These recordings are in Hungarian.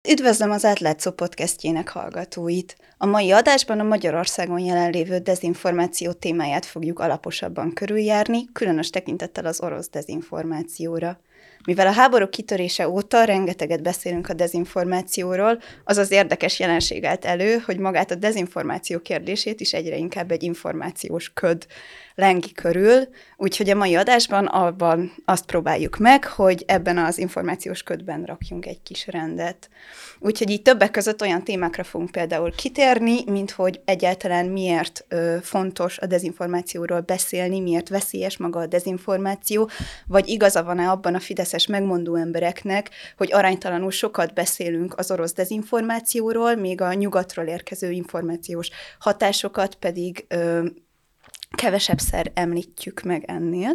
Üdvözlöm az Átlátszó podcastjének hallgatóit! A mai adásban a Magyarországon jelenlévő dezinformáció témáját fogjuk alaposabban körüljárni, különös tekintettel az orosz dezinformációra. Mivel a háború kitörése óta rengeteget beszélünk a dezinformációról, az érdekes jelenség állt elő, hogy magát a dezinformáció kérdését is egyre inkább egy információs köd lengi körül, úgyhogy a mai adásban abban azt próbáljuk meg, hogy ebben az információs ködben rakjunk egy kis rendet. Úgyhogy így többek között olyan témákra fogunk például kitérni, mint hogy egyáltalán miért fontos a dezinformációról beszélni, miért veszélyes maga a dezinformáció, vagy igaza van-e abban a fideszes megmondó embereknek, hogy aránytalanul sokat beszélünk az orosz dezinformációról, még a nyugatról érkező információs hatásokat pedig kevesebbszer említjük meg ennél.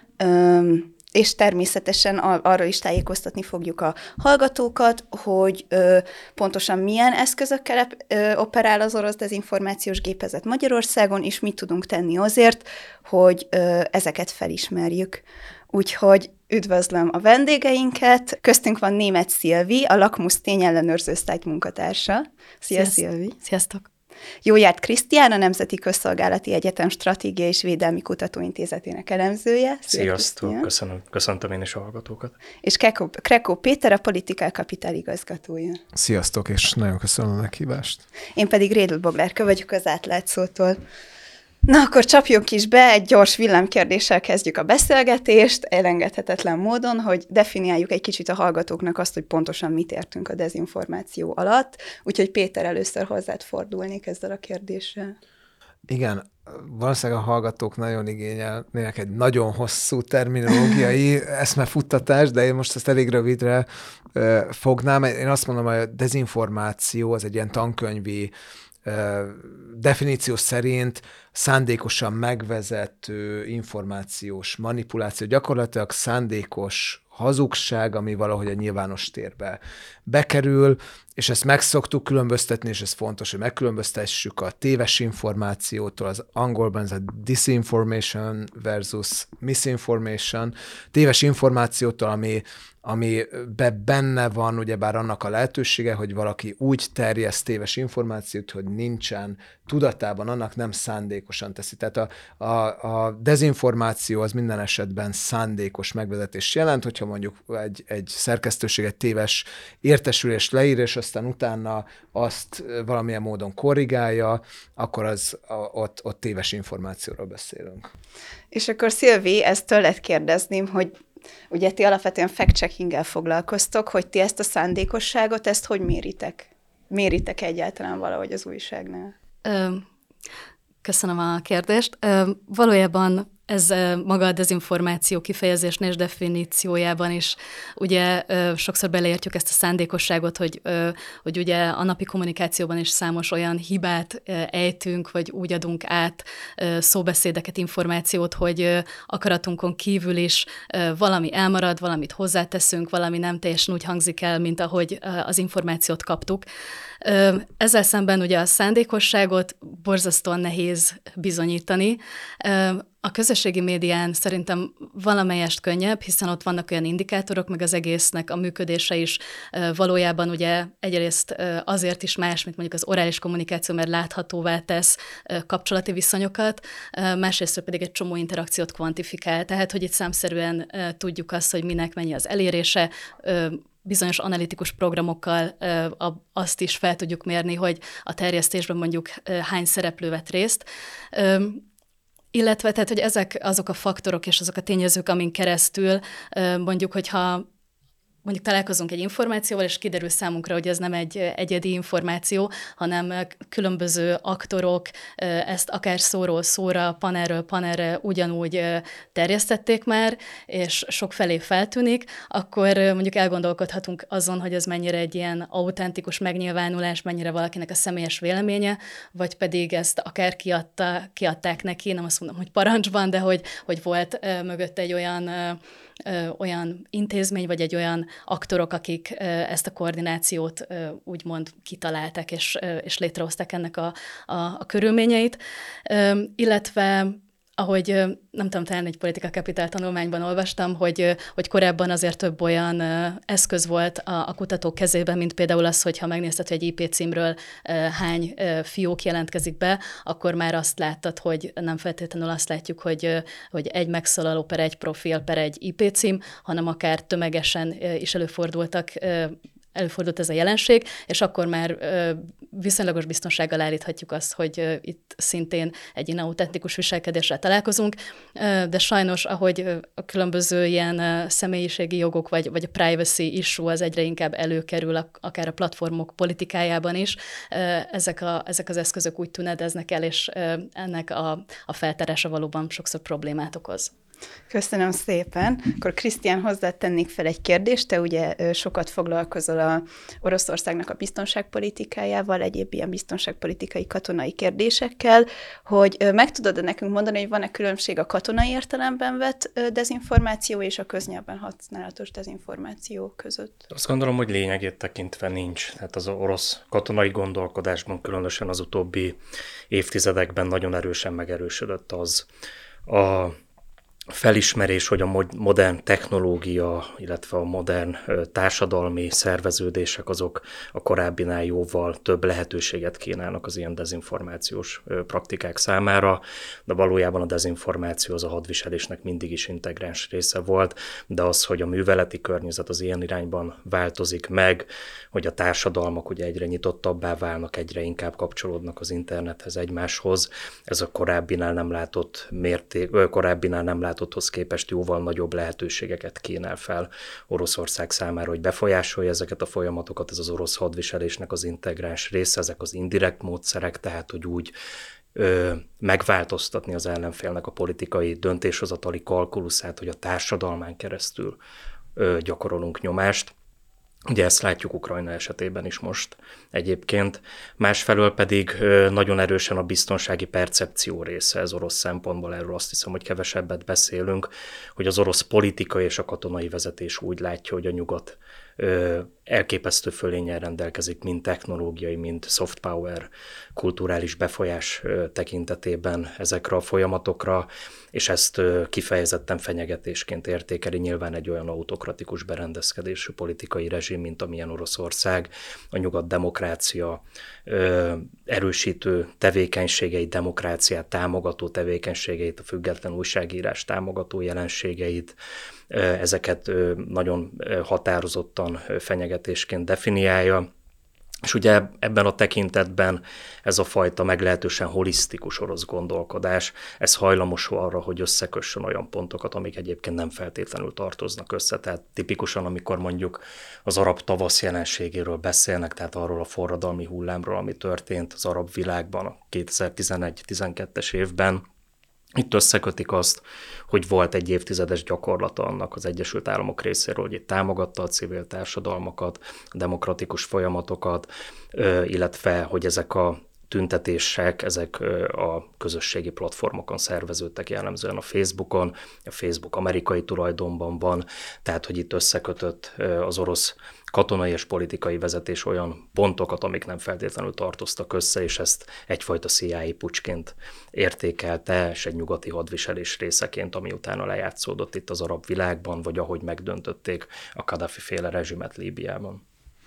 És természetesen arról is tájékoztatni fogjuk a hallgatókat, hogy pontosan milyen eszközökkel operál az orosz dezinformációs gépezet Magyarországon, és mit tudunk tenni azért, hogy ezeket felismerjük. Úgyhogy üdvözlöm a vendégeinket. Köztünk van Németh Szilvi, a Lakmus tényellenőrző sztájt munkatársa. Szia, Szilvi! Sziasztok! Jójárt Krisztián, a Nemzeti Közszolgálati Egyetem Stratégiai és Védelmi Kutatóintézetének elemzője. Sziasztok! Köszöntöm én is a hallgatókat. És Krekó Péter, a Political Capital igazgatója. Sziasztok, és nagyon köszönöm a meghívást. Én pedig Rédl Boglárka vagyok az Átlátszótól. Na, akkor csapjunk is be, egy gyors villámkérdéssel kezdjük a beszélgetést, elengedhetetlen módon, hogy definiáljuk egy kicsit a hallgatóknak azt, hogy pontosan mit értünk a dezinformáció alatt. Úgyhogy Péter, először hozzád fordulnék ezzel a kérdéssel. Igen, valószínűleg a hallgatók nagyon igényelnének egy nagyon hosszú terminológiai eszmefuttatást, de én most ezt elég rövidre fognám. Én azt mondom, hogy a dezinformáció az egy ilyen tankönyvi definíció szerint szándékosan megvezető információs manipuláció, gyakorlatilag szándékos hazugság, ami valahogy a nyilvános térbe bekerül, és ezt meg szoktuk különböztetni, és ez fontos, hogy megkülönböztessük a téves információtól, az angolban ez a disinformation versus misinformation, téves információtól, ami benne van ugyebár annak a lehetősége, hogy valaki úgy terjeszt téves információt, hogy nincsen tudatában, annak nem szándékosan teszi. Tehát a dezinformáció az minden esetben szándékos megvezetés jelent, hogyha mondjuk egy szerkesztőség egy téves értesülést leír, és aztán utána azt valamilyen módon korrigálja, akkor ott téves információról beszélünk. És akkor Szilvi, ezt tőled kérdezném, hogy ugye ti alapvetően fact-checkinggel foglalkoztok, hogy ti ezt a szándékosságot, ezt hogy méritek? Méritek egyáltalán valahogy az újságnál? Köszönöm a kérdést. Valójában ez maga a dezinformáció kifejezésnél és definíciójában is ugye sokszor beleértjük ezt a szándékosságot, hogy ugye a napi kommunikációban is számos olyan hibát ejtünk, vagy úgy adunk át szóbeszédeket, információt, hogy akaratunkon kívül is valami elmarad, valamit hozzáteszünk, valami nem teljesen úgy hangzik el, mint ahogy az információt kaptuk. Ezzel szemben ugye a szándékosságot borzasztóan nehéz bizonyítani. A közösségi médián szerintem valamelyest könnyebb, hiszen ott vannak olyan indikátorok, meg az egésznek a működése is valójában ugye egyrészt azért is más, mint mondjuk az orális kommunikáció, mert láthatóvá tesz kapcsolati viszonyokat, másrészt pedig egy csomó interakciót kvantifikál, tehát hogy itt számszerűen tudjuk azt, hogy minek mennyi az elérése, bizonyos analitikus programokkal azt is fel tudjuk mérni, hogy a terjesztésben mondjuk hány szereplő vett részt. Illetve, tehát, hogy ezek azok a faktorok és azok a tényezők, amin keresztül mondjuk, hogyha mondjuk találkozunk egy információval, és kiderül számunkra, hogy ez nem egy egyedi információ, hanem különböző aktorok ezt akár szóról szóra, panelről panelre ugyanúgy terjesztették már, és sokfelé feltűnik, akkor mondjuk elgondolkodhatunk azon, hogy ez mennyire egy ilyen autentikus megnyilvánulás, mennyire valakinek a személyes véleménye, vagy pedig ezt akár kiadták neki, nem azt mondom, hogy parancsban, de hogy volt mögött egy olyan intézmény, vagy egy olyan aktorok, akik ezt a koordinációt úgymond kitalálták, és létrehozták ennek a körülményeit. Illetve ahogy nem tudom, talán egy Politika Capital tanulmányban olvastam, hogy korábban azért több olyan eszköz volt a kutatók kezében, mint például az, hogy ha megnézted, hogy egy IP címről hány fiók jelentkezik be, akkor már azt láttad, hogy nem feltétlenül azt látjuk, hogy egy megszólaló per egy profil per egy IP cím, hanem akár tömegesen is előfordult ez a jelenség, és akkor már viszonylagos biztonsággal állíthatjuk azt, hogy itt szintén egy ilyen autentikus viselkedéssel találkozunk, de sajnos, ahogy a különböző ilyen személyiségi jogok, vagy a privacy issue az egyre inkább előkerül, akár a platformok politikájában is, ezek az eszközök úgy tünedeznek el, és ennek a feltárása valóban sokszor problémát okoz. Köszönöm szépen. Akkor Krisztián, hozzád tennék fel egy kérdést. Te ugye sokat foglalkozol a Oroszországnak a biztonságpolitikájával, egyéb ilyen biztonságpolitikai, katonai kérdésekkel, hogy meg tudod nekünk mondani, hogy van-e különbség a katonai értelemben vett dezinformáció és a köznyelven használatos dezinformáció között? Azt gondolom, hogy lényegét tekintve nincs. Tehát az orosz katonai gondolkodásban, különösen az utóbbi évtizedekben nagyon erősen megerősödött az a felismerés, hogy a modern technológia, illetve a modern társadalmi szerveződések azok a korábbinál jóval több lehetőséget kínálnak az ilyen dezinformációs praktikák számára, de valójában a dezinformáció az a hadviselésnek mindig is integráns része volt, de az, hogy a műveleti környezet az ilyen irányban változik meg, hogy a társadalmak ugye egyre nyitottabbá válnak, egyre inkább kapcsolódnak az internethez egymáshoz, ez a korábbinál nem látotthoz képest jóval nagyobb lehetőségeket kínál fel Oroszország számára, hogy befolyásolja ezeket a folyamatokat, ez az orosz hadviselésnek az integráns része, ezek az indirekt módszerek, tehát hogy úgy megváltoztatni az ellenfélnek a politikai döntéshozatali kalkuluszát, hogy a társadalmán keresztül gyakorolunk nyomást. Ugye ezt látjuk Ukrajna esetében is most egyébként. Másfelől pedig nagyon erősen a biztonsági percepció része ez orosz szempontból, erről azt hiszem, hogy kevesebbet beszélünk, hogy az orosz politikai és a katonai vezetés úgy látja, hogy a nyugat elképesztő fölénnyel rendelkezik, mind technológiai, mind soft power, kulturális befolyás tekintetében ezekre a folyamatokra, és ezt kifejezetten fenyegetésként értékeli nyilván egy olyan autokratikus berendezkedésű politikai rezsim, mint amilyen Oroszország, a nyugat demokrácia erősítő tevékenységeit, demokráciát támogató tevékenységeit, a független újságírás támogató jelenségeit, ezeket nagyon határozottan fenyegetésként definiálja. És ugye ebben a tekintetben ez a fajta meglehetősen holisztikus orosz gondolkodás, ez hajlamos arra, hogy összekössön olyan pontokat, amik egyébként nem feltétlenül tartoznak össze. Tehát tipikusan, amikor mondjuk az arab tavasz jelenségéről beszélnek, tehát arról a forradalmi hullámról, ami történt az arab világban a 2011-12-es évben, itt összekötik azt, hogy volt egy évtizedes gyakorlata annak az Egyesült Államok részéről, hogy itt támogatta a civil társadalmakat, a demokratikus folyamatokat, illetve hogy ezek a tüntetések, ezek a közösségi platformokon szerveződtek, jellemzően a Facebookon, a Facebook amerikai tulajdonban van, tehát hogy itt összekötött az orosz katonai és politikai vezetés olyan pontokat, amik nem feltétlenül tartoztak össze, és ezt egyfajta CIA puccsként értékelte, és egy nyugati hadviselés részeként, ami utána lejátszódott itt az arab világban, vagy ahogy megdöntötték a Kadhafi-féle rezsimet Líbiában.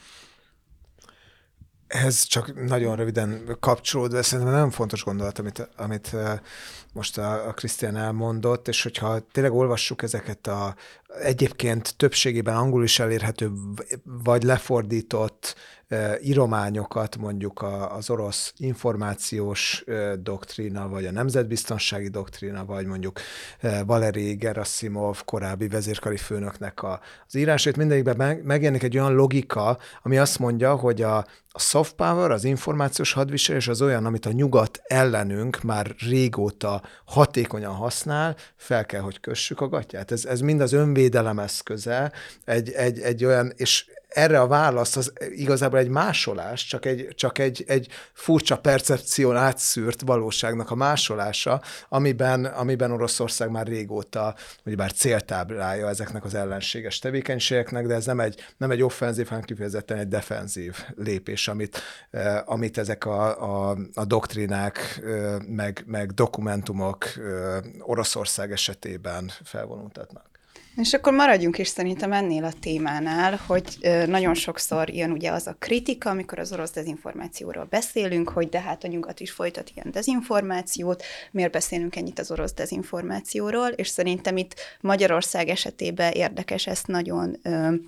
Ez csak nagyon röviden kapcsolódva, szerintem nagyon fontos gondolat, amit most a Krisztián elmondott, és hogyha tényleg olvassuk ezeket egyébként többségében angolul is elérhető, vagy lefordított írományokat, mondjuk az orosz információs doktrína, vagy a nemzetbiztonsági doktrína, vagy mondjuk Valerij Gerasimov korábbi vezérkari főnöknek az írásait, mindegyikben megjelenik egy olyan logika, ami azt mondja, hogy a soft power, az információs hadviselés az olyan, amit a nyugat ellenünk már régóta hatékonyan használ, fel kell, hogy kössük a gatyát. Ez mind az önvédelmi védelem eszköze, egy olyan, és erre a válasz az igazából egy másolás, csak egy furcsa percepción átszűrt valóságnak a másolása, amiben Oroszország már régóta, ugyebár céltáblája ezeknek az ellenséges tevékenységeknek, de ez nem egy offenzív, hanem kifejezetten egy defenzív lépés, amit ezek a doktrinák, meg dokumentumok Oroszország esetében felvonultatnak. És akkor maradjunk is szerintem ennél a témánál, hogy nagyon sokszor jön ugye az a kritika, amikor az orosz dezinformációról beszélünk, hogy de hát a nyugat is folytat ilyen dezinformációt, miért beszélünk ennyit az orosz dezinformációról, és szerintem itt Magyarország esetében érdekes ezt nagyon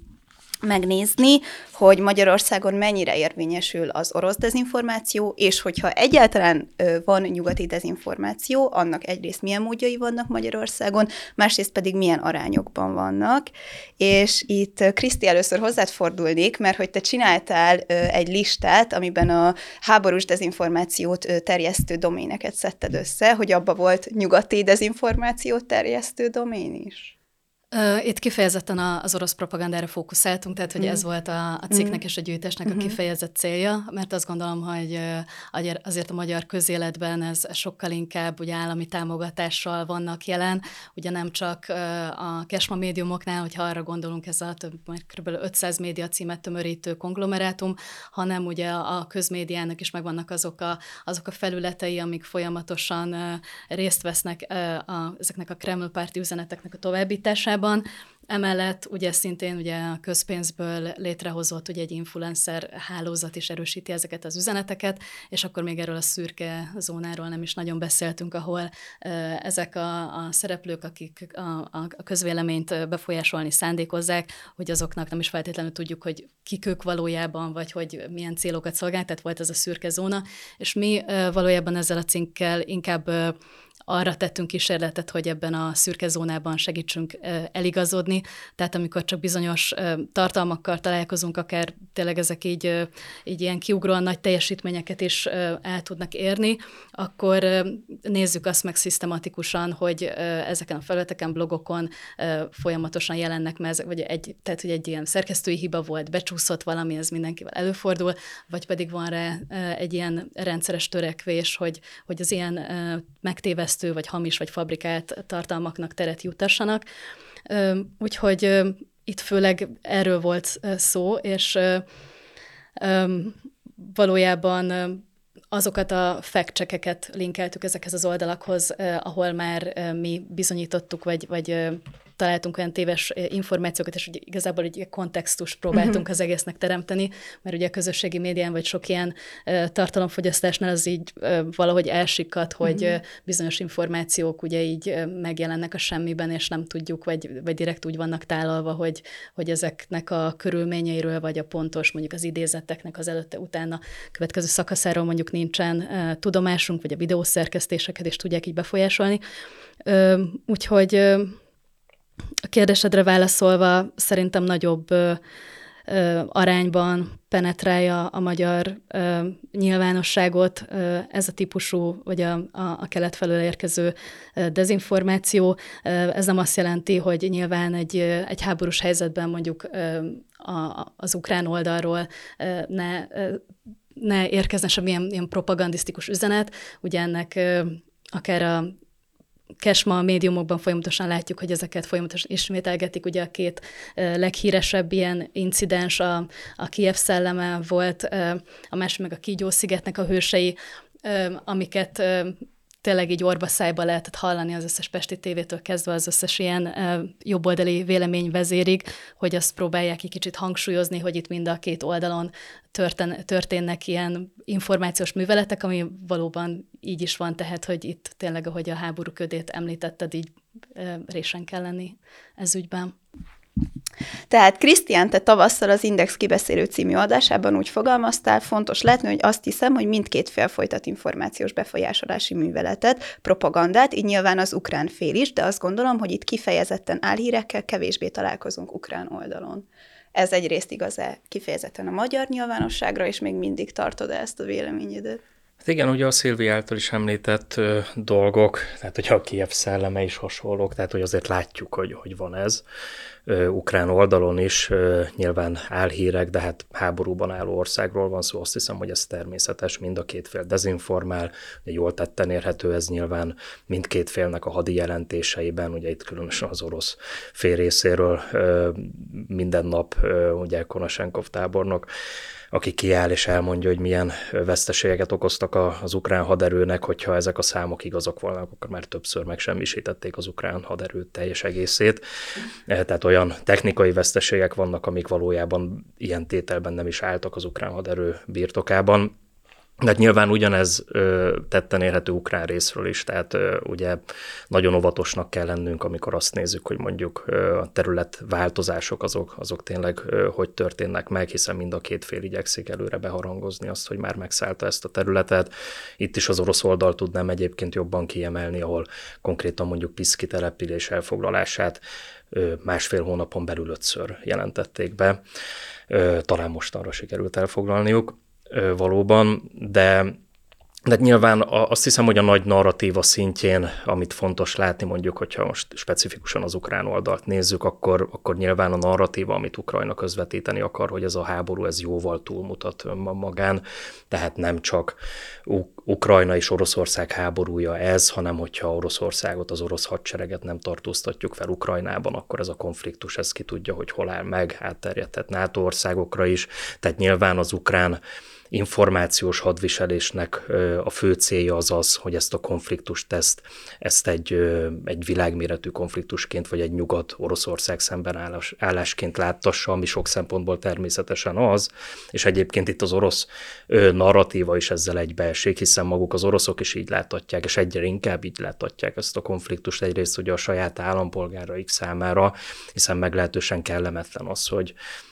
megnézni, hogy Magyarországon mennyire érvényesül az orosz dezinformáció, és hogyha egyáltalán van nyugati dezinformáció, annak egyrészt milyen módjai vannak Magyarországon, másrészt pedig milyen arányokban vannak. És itt Kriszti, először hozzád fordulnék, mert hogy te csináltál egy listát, amiben a háborús dezinformációt terjesztő doméneket szedted össze, hogy abba volt nyugati dezinformációt terjesztő domén is. Itt kifejezetten az orosz propagandára fókuszáltunk, tehát hogy ez volt a cikknek és a gyűjtésnek a kifejezett célja, mert azt gondolom, hogy azért a magyar közéletben ez sokkal inkább ugye állami támogatással vannak jelen, ugye nem csak a Kesma médiumoknál, hogyha arra gondolunk, ez a kb. 500 média címet tömörítő konglomerátum, hanem ugye a közmédiának is megvannak azok a felületei, amik folyamatosan részt vesznek ezeknek a Kreml-párti üzeneteknek a továbbításában. Emellett ugye szintén ugye a közpénzből létrehozott ugye egy influencer hálózat is erősíti ezeket az üzeneteket, és akkor még erről a szürke zónáról nem is nagyon beszéltünk, ahol ezek a szereplők, akik a közvéleményt befolyásolni szándékozzák, hogy azoknak nem is feltétlenül tudjuk, hogy kik ők valójában, vagy hogy milyen célokat szolgál, tehát volt ez a szürke zóna, és mi valójában ezzel a cikkkel inkább arra tettünk kísérletet, hogy ebben a szürke zónában segítsünk eligazodni, tehát amikor csak bizonyos tartalmakkal találkozunk, akár tényleg ezek így ilyen kiugróan nagy teljesítményeket is el tudnak érni, akkor nézzük azt meg szisztematikusan, hogy ezeken a felületeken, blogokon folyamatosan jelennek, tehát hogy egy ilyen szerkesztői hiba volt, becsúszott valami, ez mindenkivel előfordul, vagy pedig van rá egy ilyen rendszeres törekvés, hogy az ilyen megtévesztő vagy hamis vagy fabrikált tartalmaknak teret jutassanak. Úgyhogy itt főleg erről volt szó, és valójában azokat a fact-checkeket linkeltük ezekhez az oldalakhoz, ahol már mi bizonyítottuk, vagy találtunk olyan téves információkat, és hogy igazából egy kontextust próbáltunk az egésznek teremteni, mert ugye a közösségi médián vagy sok ilyen tartalomfogyasztásnál az így valahogy elsikad, hogy bizonyos információk ugye így megjelennek a semmiben, és nem tudjuk, vagy direkt úgy vannak tálalva, hogy ezeknek a körülményeiről, vagy a pontos mondjuk az idézetteknek az előtte-utána következő szakaszáról mondjuk nincsen tudomásunk, vagy a videószerkesztéseket is tudják így befolyásolni. Úgyhogy a kérdésedre válaszolva szerintem nagyobb arányban penetrálja a magyar nyilvánosságot ez a típusú, vagy a kelet felől érkező dezinformáció. Ez nem azt jelenti, hogy nyilván egy háborús helyzetben mondjuk az ukrán oldalról ne érkezne semmilyen ilyen propagandisztikus üzenet. Ugye ennek akár a Kesma médiumokban folyamatosan látjuk, hogy ezeket folyamatosan ismételgetik. Ugye a két leghíresebb ilyen incidens a Kijev szelleme volt, a másik meg a Kígyó-szigetnek a hősei, amiket tényleg így orva-szájba lehetett hallani az összes pesti tévétől kezdve az összes ilyen jobboldali véleményvezérig, hogy azt próbálják egy kicsit hangsúlyozni, hogy itt mind a két oldalon történnek ilyen információs műveletek, ami valóban így is van, tehát, hogy itt tényleg, ahogy a háború ködét említetted, így résen kell lenni ez ügyben. Tehát Krisztián, te tavasszal az Index kibeszélő című adásában úgy fogalmaztál, fontos látni, hogy azt hiszem, hogy mindkét fél folytat információs befolyásolási műveletet, propagandát, így nyilván az ukrán fél is, de azt gondolom, hogy itt kifejezetten álhírekkel kevésbé találkozunk ukrán oldalon. Ez egyrészt igaz-e kifejezetten a magyar nyilvánosságra, és még mindig tartod ezt a véleményedet? Igen, ugye a Szilvi által is említett dolgok, tehát hogyha a Kijev szelleme is hasonlók, tehát hogy azért látjuk, hogy van ez. Ukrán oldalon is nyilván álhírek, de hát háborúban álló országról van szó, azt hiszem, hogy ez természetes, mind a két fél dezinformál, ugye jól tetten érhető ez nyilván mindkét félnek a hadi jelentéseiben, ugye itt különösen az orosz fél részéről minden nap ugye Konashenkov tábornok, aki kiáll és elmondja, hogy milyen veszteségeket okoztak az ukrán haderőnek, hogyha ezek a számok igazak volnak, akkor már többször megsemmisítették az ukrán haderő teljes egészét. Tehát olyan technikai veszteségek vannak, amik valójában ilyen tételben nem is álltak az ukrán haderő birtokában. De nyilván ugyanez tetten érhető ukrán részről is, tehát ugye nagyon óvatosnak kell lennünk, amikor azt nézzük, hogy mondjuk a területváltozások azok tényleg hogy történnek meg, hiszen mind a két fél igyekszik előre beharangozni azt, hogy már megszállta ezt a területet. Itt is az orosz oldal tudnám egyébként jobban kiemelni, ahol konkrétan mondjuk Piszki település elfoglalását 1,5 hónapon belül 5-ször jelentették be. Talán mostanra sikerült elfoglalniuk. Valóban, de nyilván azt hiszem, hogy a nagy narratíva szintjén, amit fontos látni, mondjuk, hogyha most specifikusan az ukrán oldalt nézzük, akkor nyilván a narratíva, amit Ukrajna közvetíteni akar, hogy ez a háború, ez jóval túlmutat magán, tehát nem csak Ukrajna és Oroszország háborúja ez, hanem hogyha Oroszországot, az orosz hadsereget nem tartóztatjuk fel Ukrajnában, akkor ez a konfliktus, ez ki tudja, hogy hol áll meg, átterjedhet NATO országokra is, tehát nyilván az ukrán információs hadviselésnek a fő célja az, hogy ezt a konfliktust ezt egy világméretű konfliktusként, vagy egy Nyugat-Oroszország szemben állásként láttassa, ami sok szempontból természetesen az, és egyébként itt az orosz narratíva is ezzel egybeesik, hiszen maguk az oroszok is így láthatják, és egyre inkább így láthatják ezt a konfliktust, egyrészt ugye a saját állampolgáraik számára, hiszen meglehetősen kellemetlen az, hogy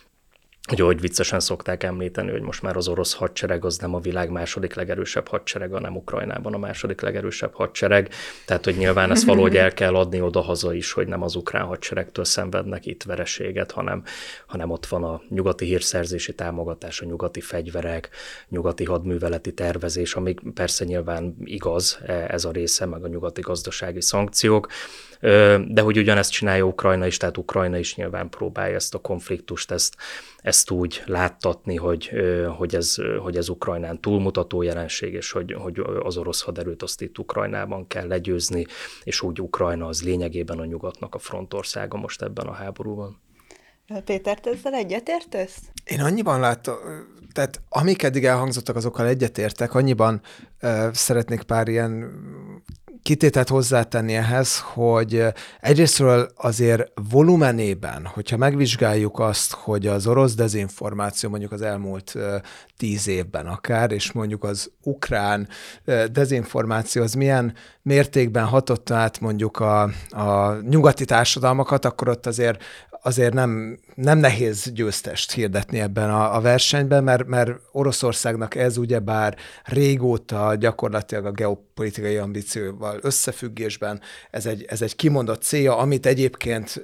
ahogy viccesen szokták említeni, hogy most már az orosz hadsereg az nem a világ második legerősebb hadsereg, hanem Ukrajnában a második legerősebb hadsereg. Tehát, hogy nyilván ezt valahogy el kell adni oda-haza is, hogy nem az ukrán hadseregtől szenvednek itt vereséget, hanem ott van a nyugati hírszerzési támogatás, a nyugati fegyverek, nyugati hadműveleti tervezés, ami persze nyilván igaz, ez a része, meg a nyugati gazdasági szankciók, de hogy ugyanezt csinálja Ukrajna is, tehát Ukrajna is nyilván próbálja ezt a konfliktust, ezt úgy láttatni, hogy ez Ukrajnán túlmutató jelenség, és hogy az orosz haderőt azt itt Ukrajnában kell legyőzni, és úgy Ukrajna az lényegében a nyugatnak a frontországa most ebben a háborúban. Péter, te ezzel egyetértesz? Én annyiban látom, tehát amik eddig elhangzottak, azokkal egyetértek, annyiban szeretnék pár ilyen kitételt hozzátenni ehhez, hogy egyrésztről azért volumenében, hogyha megvizsgáljuk azt, hogy az orosz dezinformáció mondjuk az elmúlt 10 évben akár, és mondjuk az ukrán dezinformáció az milyen mértékben hatotta át mondjuk a nyugati társadalmakat, akkor ott azért nem nehéz győztest hirdetni ebben a versenyben, mert Oroszországnak ez ugyebár régóta gyakorlatilag a geopolitikai ambícióval összefüggésben ez egy kimondott célja, amit egyébként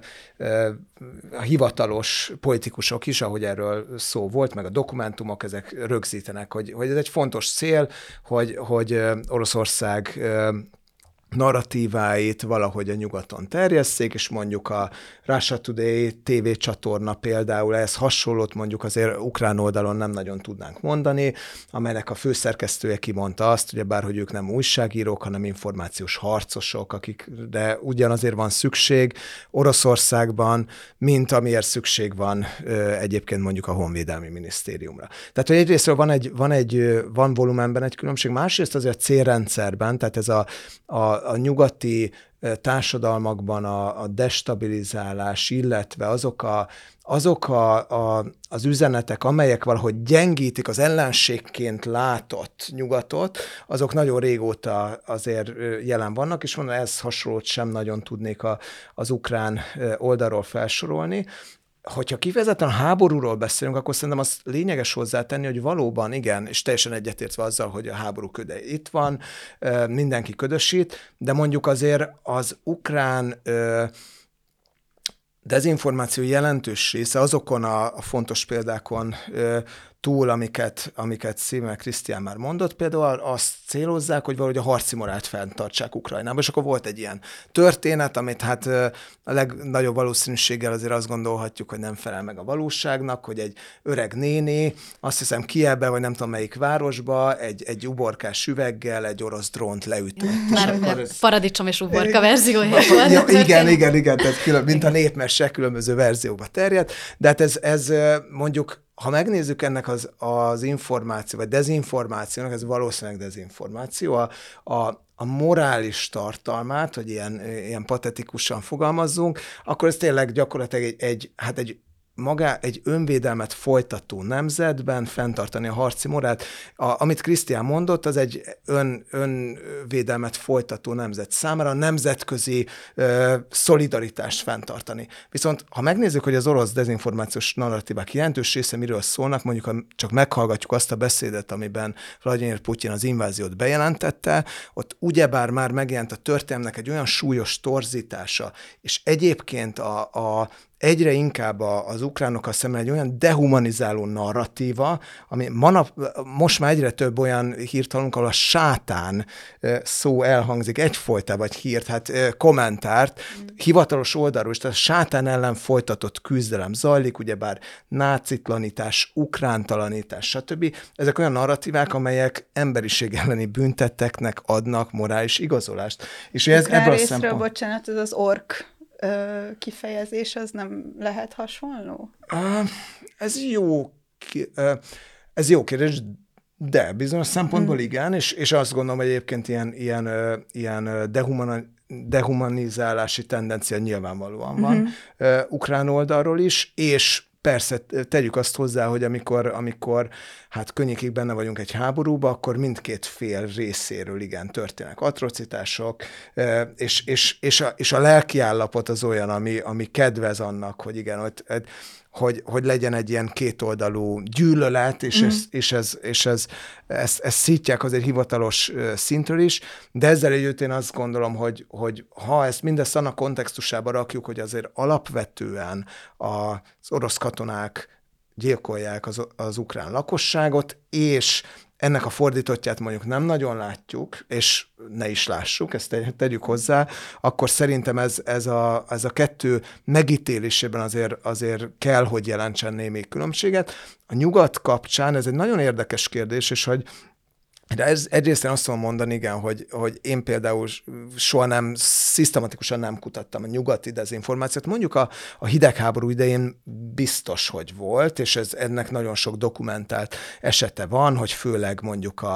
a hivatalos politikusok is, ahogy erről szó volt, meg a dokumentumok, ezek rögzítenek, hogy ez egy fontos cél, hogy Oroszország narratíváit valahogy a nyugaton terjesszék, és mondjuk a Russia Today TV csatorna például ehhez hasonlót mondjuk azért ukrán oldalon nem nagyon tudnánk mondani, amelynek a főszerkesztője kimondta azt, ugyebár, hogy ők nem újságírók, hanem információs harcosok, akikre ugyanazért van szükség Oroszországban, mint amiért szükség van egyébként mondjuk a Honvédelmi Minisztériumra. Tehát, hogy egyrésztről van volumenben egy különbség, másrészt azért célrendszerben, tehát ez a nyugati társadalmakban a destabilizálás, illetve azok az üzenetek, amelyek valahogy gyengítik az ellenségként látott nyugatot, azok nagyon régóta azért jelen vannak, és mondom, ehhez hasonlót sem nagyon tudnék az ukrán oldalról felsorolni. Hogyha kifejezetten a háborúról beszélünk, akkor szerintem az lényeges hozzátenni, hogy valóban igen, és teljesen egyetértve azzal, hogy a háború köde itt van, mindenki ködösít, de mondjuk azért az ukrán dezinformáció jelentős része azokon a fontos példákon túl, amiket Szíme Krisztián már mondott, például azt célozzák, hogy valahogy a harci morált fenntartsák Ukrajnában, és akkor volt egy ilyen történet, amit hát a legnagyobb valószínűséggel azért azt gondolhatjuk, hogy nem felel meg a valóságnak, hogy egy öreg néni, azt hiszem Kijevbe, vagy nem tudom melyik városba, egy uborkás üveggel egy orosz drónt leütött. Már paradicsom és uborka verziója volt. Ja, igen, tehát mint a népmese különböző verzióba terjed, de hát ez mondjuk, ha megnézzük ennek az információ, vagy dezinformációnak, ez valószínűleg dezinformáció, a morális tartalmát, hogy ilyen patetikusan fogalmazzunk, akkor ez tényleg gyakorlatilag egy önvédelmet folytató nemzetben fenntartani a harci morált. Amit Krisztián mondott, az egy önvédelmet folytató nemzet számára nemzetközi szolidaritást fenntartani. Viszont ha megnézzük, hogy az orosz dezinformációs narratívák jelentős része miről szólnak, mondjuk csak meghallgatjuk azt a beszédet, amiben Vladimir Putyin az inváziót bejelentette, ott ugyebár már megjelent a történelmnek egy olyan súlyos torzítása, és egyébként egyre inkább az ukránokkal szemben egy olyan dehumanizáló narratíva, ami most már egyre több olyan hírt hallunk, ahol a sátán szó elhangzik egyfolytában, vagy hírt, hát kommentárt, hivatalos oldalról is, tehát a sátán ellen folytatott küzdelem zajlik, ugyebár nácitlanítás, ukrántalanítás, stb. Ezek olyan narratívák, amelyek emberiség elleni büntetteknek adnak morális igazolást. És ez ebből a szempontból... bocsánat, ez az ork kifejezés, az nem lehet hasonló? Ez jó kérdés, de bizonyos szempontból igen, és azt gondolom, hogy egyébként ilyen dehumanizálási tendencia nyilvánvalóan van ukrán oldalról is, és persze tegyük azt hozzá, hogy amikor hát könnyékig benne vagyunk egy háborúba, akkor mindkét fél részéről igen történnek atrocitások, és a lelkiállapot az olyan, ami kedvez annak, hogy igen, hogy legyen egy ilyen kétoldalú gyűlölet, és ezt szítják azért hivatalos szintről is, de ezzel együtt én azt gondolom, hogy ha ezt mindezt annak kontextusába rakjuk, hogy azért alapvetően az orosz katonák gyilkolják az ukrán lakosságot, és ennek a fordítottját mondjuk nem nagyon látjuk, és ne is lássuk, ezt tegyük hozzá, akkor szerintem ez a kettő megítélésében azért kell, hogy jelentsen némi különbséget. A nyugat kapcsán ez egy nagyon érdekes kérdés, és hogy de egyrészt én azt tudom mondani, igen, hogy én például soha szisztematikusan nem kutattam a nyugati dezinformációt. Mondjuk a hidegháború idején biztos, hogy volt, és ennek nagyon sok dokumentált esete van, hogy főleg mondjuk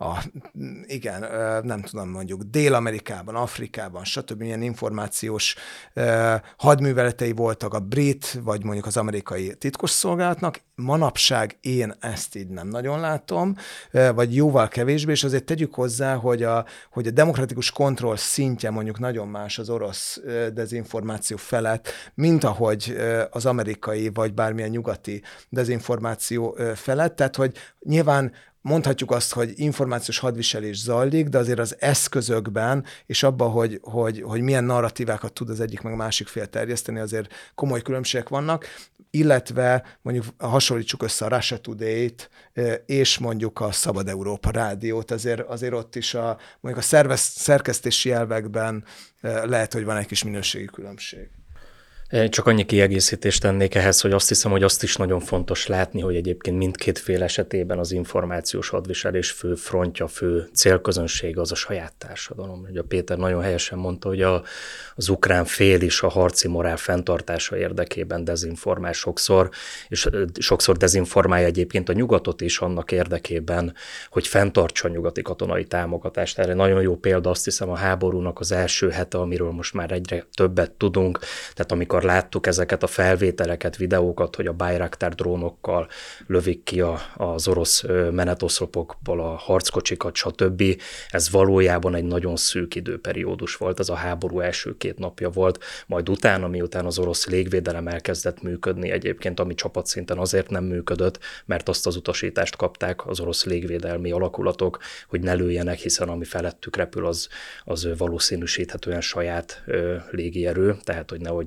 nem tudom, mondjuk Dél-Amerikában, Afrikában, stb. Milyen információs hadműveletei voltak a brit, vagy mondjuk az amerikai titkosszolgálatnak. Manapság én ezt így nem nagyon látom, vagy jóval kevésbé, és azért tegyük hozzá, hogy a demokratikus kontroll szintje mondjuk nagyon más az orosz dezinformáció felett, mint ahogy az amerikai, vagy bármilyen nyugati dezinformáció felett. Tehát, hogy nyilván mondhatjuk azt, hogy információs hadviselés zajlik, de azért az eszközökben, és abban, hogy milyen narratívákat tud az egyik meg a másik fél terjeszteni, azért komoly különbségek vannak, illetve mondjuk hasonlítsuk össze a Russia Today-t, és mondjuk a Szabad Európa rádiót, azért ott is mondjuk a szerkesztési elvekben lehet, hogy van egy kis minőségi különbség. Csak annyi kiegészítést tennék ehhez, hogy azt hiszem, hogy azt is nagyon fontos látni, hogy egyébként mindkét fél esetében az információs hadviselés fő frontja, fő célközönsége az a saját társadalom. Ugye a Péter nagyon helyesen mondta, hogy az ukrán fél is a harci morál fenntartása érdekében dezinformál sokszor, és sokszor dezinformálja egyébként a nyugatot is annak érdekében, hogy fenntartsa a nyugati katonai támogatást. Erre nagyon jó példa, azt hiszem, a háborúnak az első hete, amiről most már egyre többet tudunk, tehát amikor láttuk ezeket a felvételeket, videókat, hogy a Bayraktar drónokkal lövik ki az orosz menetoszlopokból a harckocsikat, stb. Ez valójában egy nagyon szűk időperiódus volt, ez a háború első 2 napja volt, majd utána, miután az orosz légvédelem elkezdett működni, egyébként ami csapatszinten azért nem működött, mert azt az utasítást kapták az orosz légvédelmi alakulatok, hogy ne lőjenek, hiszen ami felettük repül, az valószínűsíthetően saját légierő, tehát hogy nehogy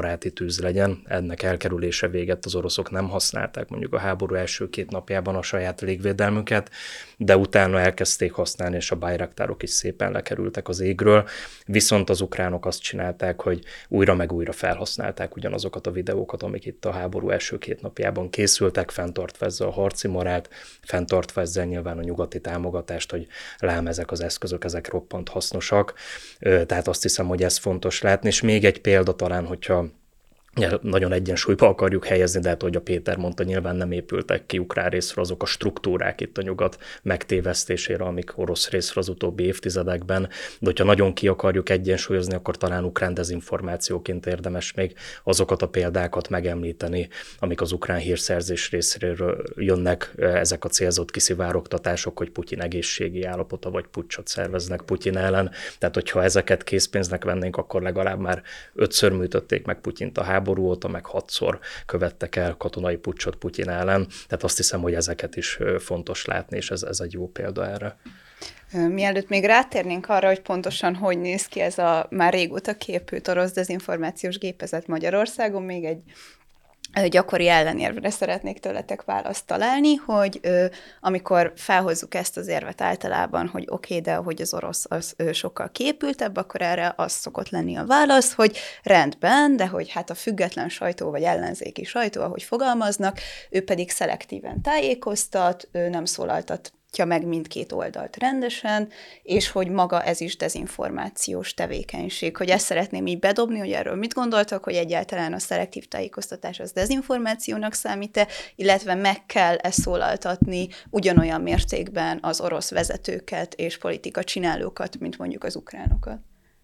baráti tűz legyen. Ennek elkerülése véget az oroszok nem használták mondjuk a háború első 2 napjában a saját légvédelmüket, de utána elkezdték használni, és a Bayraktárok is szépen lekerültek az égről. Viszont az ukránok azt csinálták, hogy újra meg újra felhasználták ugyanazokat a videókat, amik itt a háború első 2 napjában készültek, fenntartva ezzel a harci morált, fenntartva ezzel nyilván a nyugati támogatást, hogy lám ezek az eszközök, ezek roppant hasznosak. Tehát azt hiszem, hogy ez fontos látni. És még egy példa talán, hogyha nagyon egyensúlyba akarjuk helyezni, de hát, ahogy a Péter mondta, nyilván nem épültek ki ukrán részről azok a struktúrák itt a nyugat megtévesztésére, amik orosz részről az utóbbi évtizedekben, de hogyha nagyon ki akarjuk egyensúlyozni, akkor talán ukrán dezinformációként érdemes még azokat a példákat megemlíteni, amik az ukrán hírszerzés részéről jönnek, ezek a célzott kiszivárogtatások, hogy Putyin egészségi állapota vagy puccsot szerveznek Putyin ellen. Tehát, hogyha ezeket készpénznek vennénk, akkor legalább már 5-ször műtötték meg Putyint a háború óta, meg 6-szor követtek el katonai puccsot Putyin ellen. Tehát azt hiszem, hogy ezeket is fontos látni, és ez egy jó példa erre. Mielőtt még rátérnénk arra, hogy pontosan hogy néz ki ez a már régóta kiépült orosz dezinformációs gépezet Magyarországon, még egy gyakori ellenérvre szeretnék tőletek választ találni, hogy amikor felhozzuk ezt az érvet általában, hogy oké, de hogy az orosz az sokkal kiépültebb, akkor erre az szokott lenni a válasz, hogy rendben, de hogy hát a független sajtó vagy ellenzéki sajtó, ahogy fogalmaznak, ő pedig szelektíven tájékoztat, ő nem szólaltat meg mindkét oldalt rendesen, és hogy maga ez is dezinformációs tevékenység. Hogy ezt szeretném így bedobni, hogy erről mit gondoltak, hogy egyáltalán a szelektív tájékoztatás az dezinformációnak számít-e, illetve meg kell ezt szólaltatni ugyanolyan mértékben az orosz vezetőket és politika csinálókat, mint mondjuk az ukránokat.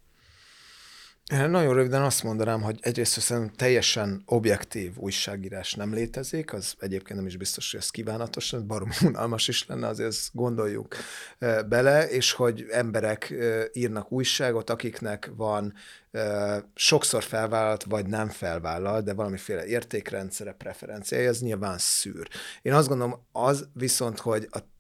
Nagyon röviden azt mondanám, hogy egyrészt szerintem teljesen objektív újságírás nem létezik, az egyébként nem is biztos, hogy ez kívánatos, baromi unalmas is lenne, azért ezt gondoljuk bele, és hogy emberek írnak újságot, akiknek van sokszor felvállalt, vagy nem felvállalt, de valamiféle értékrendszere, preferenciája, ez nyilván szűr. Én azt gondolom, az viszont, hogy a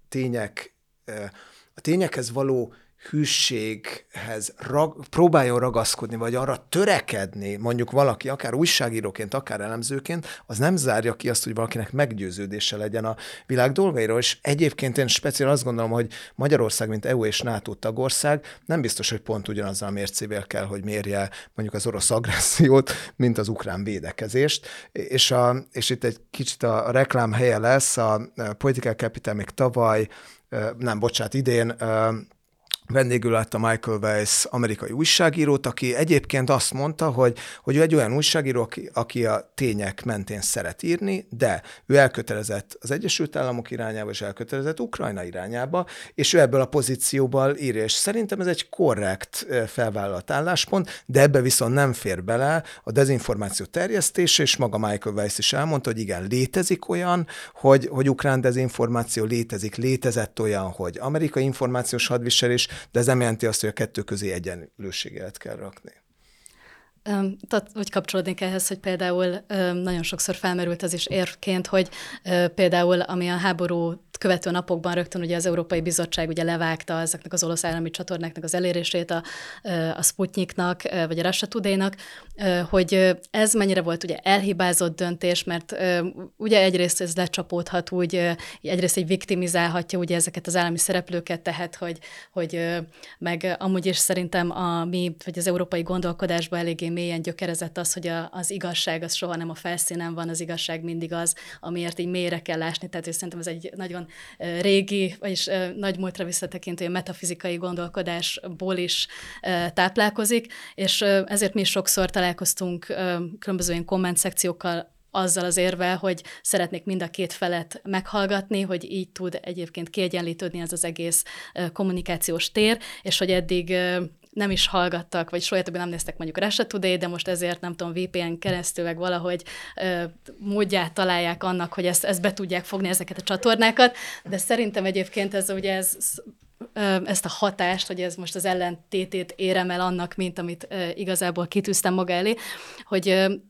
tényekhez való hűséghez próbáljon ragaszkodni, vagy arra törekedni, mondjuk valaki, akár újságíróként, akár elemzőként, az nem zárja ki azt, hogy valakinek meggyőződése legyen a világ dolgairól. És egyébként én speciál azt gondolom, hogy Magyarország, mint EU és NATO tagország, nem biztos, hogy pont ugyanazzal a mércével kell, hogy mérje mondjuk az orosz agressziót, mint az ukrán védekezést. És itt egy kicsit a reklám helye lesz, a Political Capital még idén vendégül látta Michael Weiss, amerikai újságírót, aki egyébként azt mondta, hogy ő egy olyan újságíró, aki a tények mentén szeret írni, de ő elkötelezett az Egyesült Államok irányába, és elkötelezett Ukrajna irányába, és ő ebből a pozícióból írja, és szerintem ez egy korrekt felvállalt álláspont, de ebbe viszont nem fér bele a dezinformáció terjesztése, és maga Michael Weiss is elmondta, hogy igen, létezik olyan, hogy ukrán dezinformáció létezett olyan, hogy amerikai információs hadviselés, de ez nem jelenti azt, hogy a kettő közé egyenlőséget kell rakni. Tehát úgy kapcsolódnék ehhez, hogy például nagyon sokszor felmerült az is érvként, hogy például ami a háború követő napokban rögtön ugye az Európai Bizottság ugye levágta ezeknek az orosz állami csatornáknak az elérését a Sputniknak, vagy a Russia Today-nak, hogy ez mennyire volt ugye elhibázott döntés, mert ugye egyrészt ez lecsapódhat úgy, egyrészt így viktimizálhatja ugye ezeket az állami szereplőket, tehát hogy meg amúgy is szerintem vagy az európai gondolkodásban eléggé mélyen gyökerezett az, hogy az igazság az soha nem a felszínen van, az igazság mindig az, amiért így mélyre kell ásni, tehát szerintem ez egy nagyon régi, vagyis nagy múltra visszatekintő metafizikai gondolkodásból is táplálkozik, és ezért mi is sokszor találkoztunk különböző ilyen komment-szekciókkal azzal az érvel, hogy szeretnék mind a két felet meghallgatni, hogy így tud egyébként kiegyenlítődni ez az egész kommunikációs tér, és hogy eddig nem is hallgattak, vagy soha többé nem néztek mondjuk Russia Today, de most ezért nem tudom, VPN keresztül, meg valahogy módját találják annak, hogy ezt be tudják fogni ezeket a csatornákat, de szerintem egyébként ezt a hatást, hogy ez most az ellentétét érem el annak, mint amit igazából kitűztem maga elé, hogy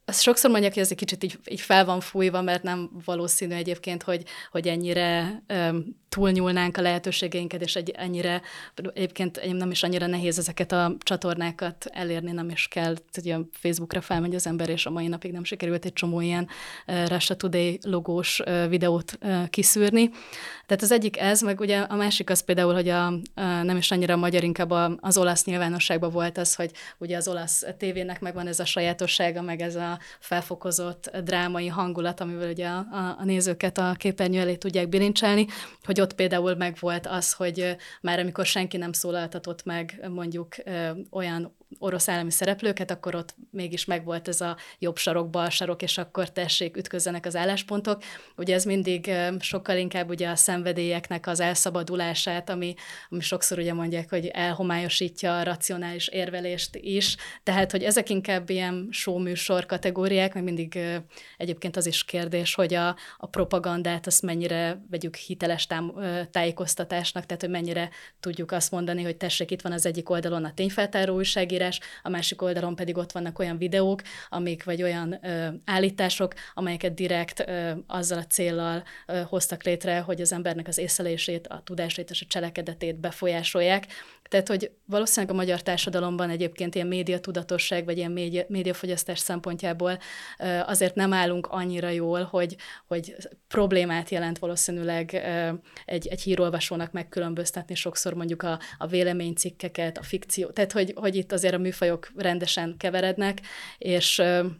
azt sokszor mondják, hogy ez egy kicsit így fel van fújva, mert nem valószínű egyébként, hogy ennyire túlnyúlnánk a lehetőségeinket, és ennyire, egyébként nem is annyira nehéz ezeket a csatornákat elérni, nem is kell, hogy a Facebookra felmegy az ember, és a mai napig nem sikerült egy csomó ilyen Russia Today logós videót kiszűrni. Tehát az egyik ez, meg ugye a másik az például, hogy nem is annyira a magyar, inkább az olasz nyilvánosságban volt az, hogy ugye az olasz tévének megvan ez a sajátossága, meg ez a felfokozott drámai hangulat, amivel ugye a nézőket a képernyő elé tudják bilincselni, hogy ott például megvolt az, hogy már amikor senki nem szólaltatott meg mondjuk olyan orosz állami szereplőket, akkor ott mégis megvolt ez a jobb sarok, bal sarok, és akkor tessék, ütközzenek az álláspontok. Ugye ez mindig sokkal inkább ugye a szenvedélyeknek az elszabadulását, ami sokszor ugye mondják, hogy elhomályosítja a racionális érvelést is. Tehát, hogy ezek inkább ilyen show-műsor kategóriák, meg mindig egyébként az is kérdés, hogy a propagandát azt mennyire vegyük hiteles tájékoztatásnak, tehát, hogy mennyire tudjuk azt mondani, hogy tessék, itt van az egyik oldalon a tényfeltáró újságírás, a másik oldalon pedig ott vannak olyan videók, vagy olyan állítások, amelyeket direkt azzal a céllal hoztak létre, hogy az embernek az észlelését, a tudásait és a cselekedetét befolyásolják. Tehát, hogy valószínűleg a magyar társadalomban egyébként ilyen médiatudatosság, vagy ilyen médiafogyasztás szempontjából azért nem állunk annyira jól, hogy problémát jelent valószínűleg egy hírolvasónak megkülönböztetni sokszor mondjuk a véleménycikkeket, a fikció. Tehát, hogy itt azért a műfajok rendesen keverednek, és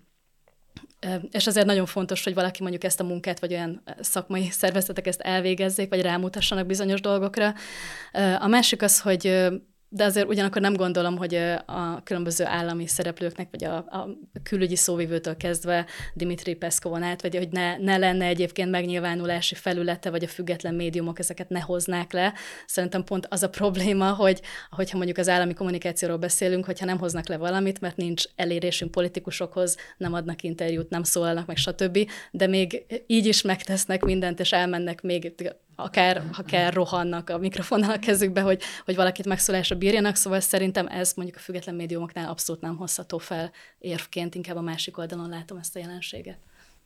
azért nagyon fontos, hogy valaki mondjuk ezt a munkát, vagy olyan szakmai szervezetek ezt elvégezzék, vagy rámutassanak bizonyos dolgokra. A másik az, hogy de azért ugyanakkor nem gondolom, hogy a különböző állami szereplőknek, vagy a külügyi szóvivőtől kezdve Dmitry Peszkovon át, vagy hogy ne lenne egyébként megnyilvánulási felülete, vagy a független médiumok ezeket ne hoznák le. Szerintem pont az a probléma, hogyha mondjuk az állami kommunikációról beszélünk, hogyha nem hoznak le valamit, mert nincs elérésünk politikusokhoz, nem adnak interjút, nem szólalnak meg, stb. De még így is megtesznek mindent, és elmennek még akár, ha kell, rohannak a mikrofonnal a kezükbe, hogy valakit megszólásra bírjanak, szóval szerintem ez mondjuk a független médiumoknál abszolút nem hozható fel érvként, inkább a másik oldalon látom ezt a jelenséget.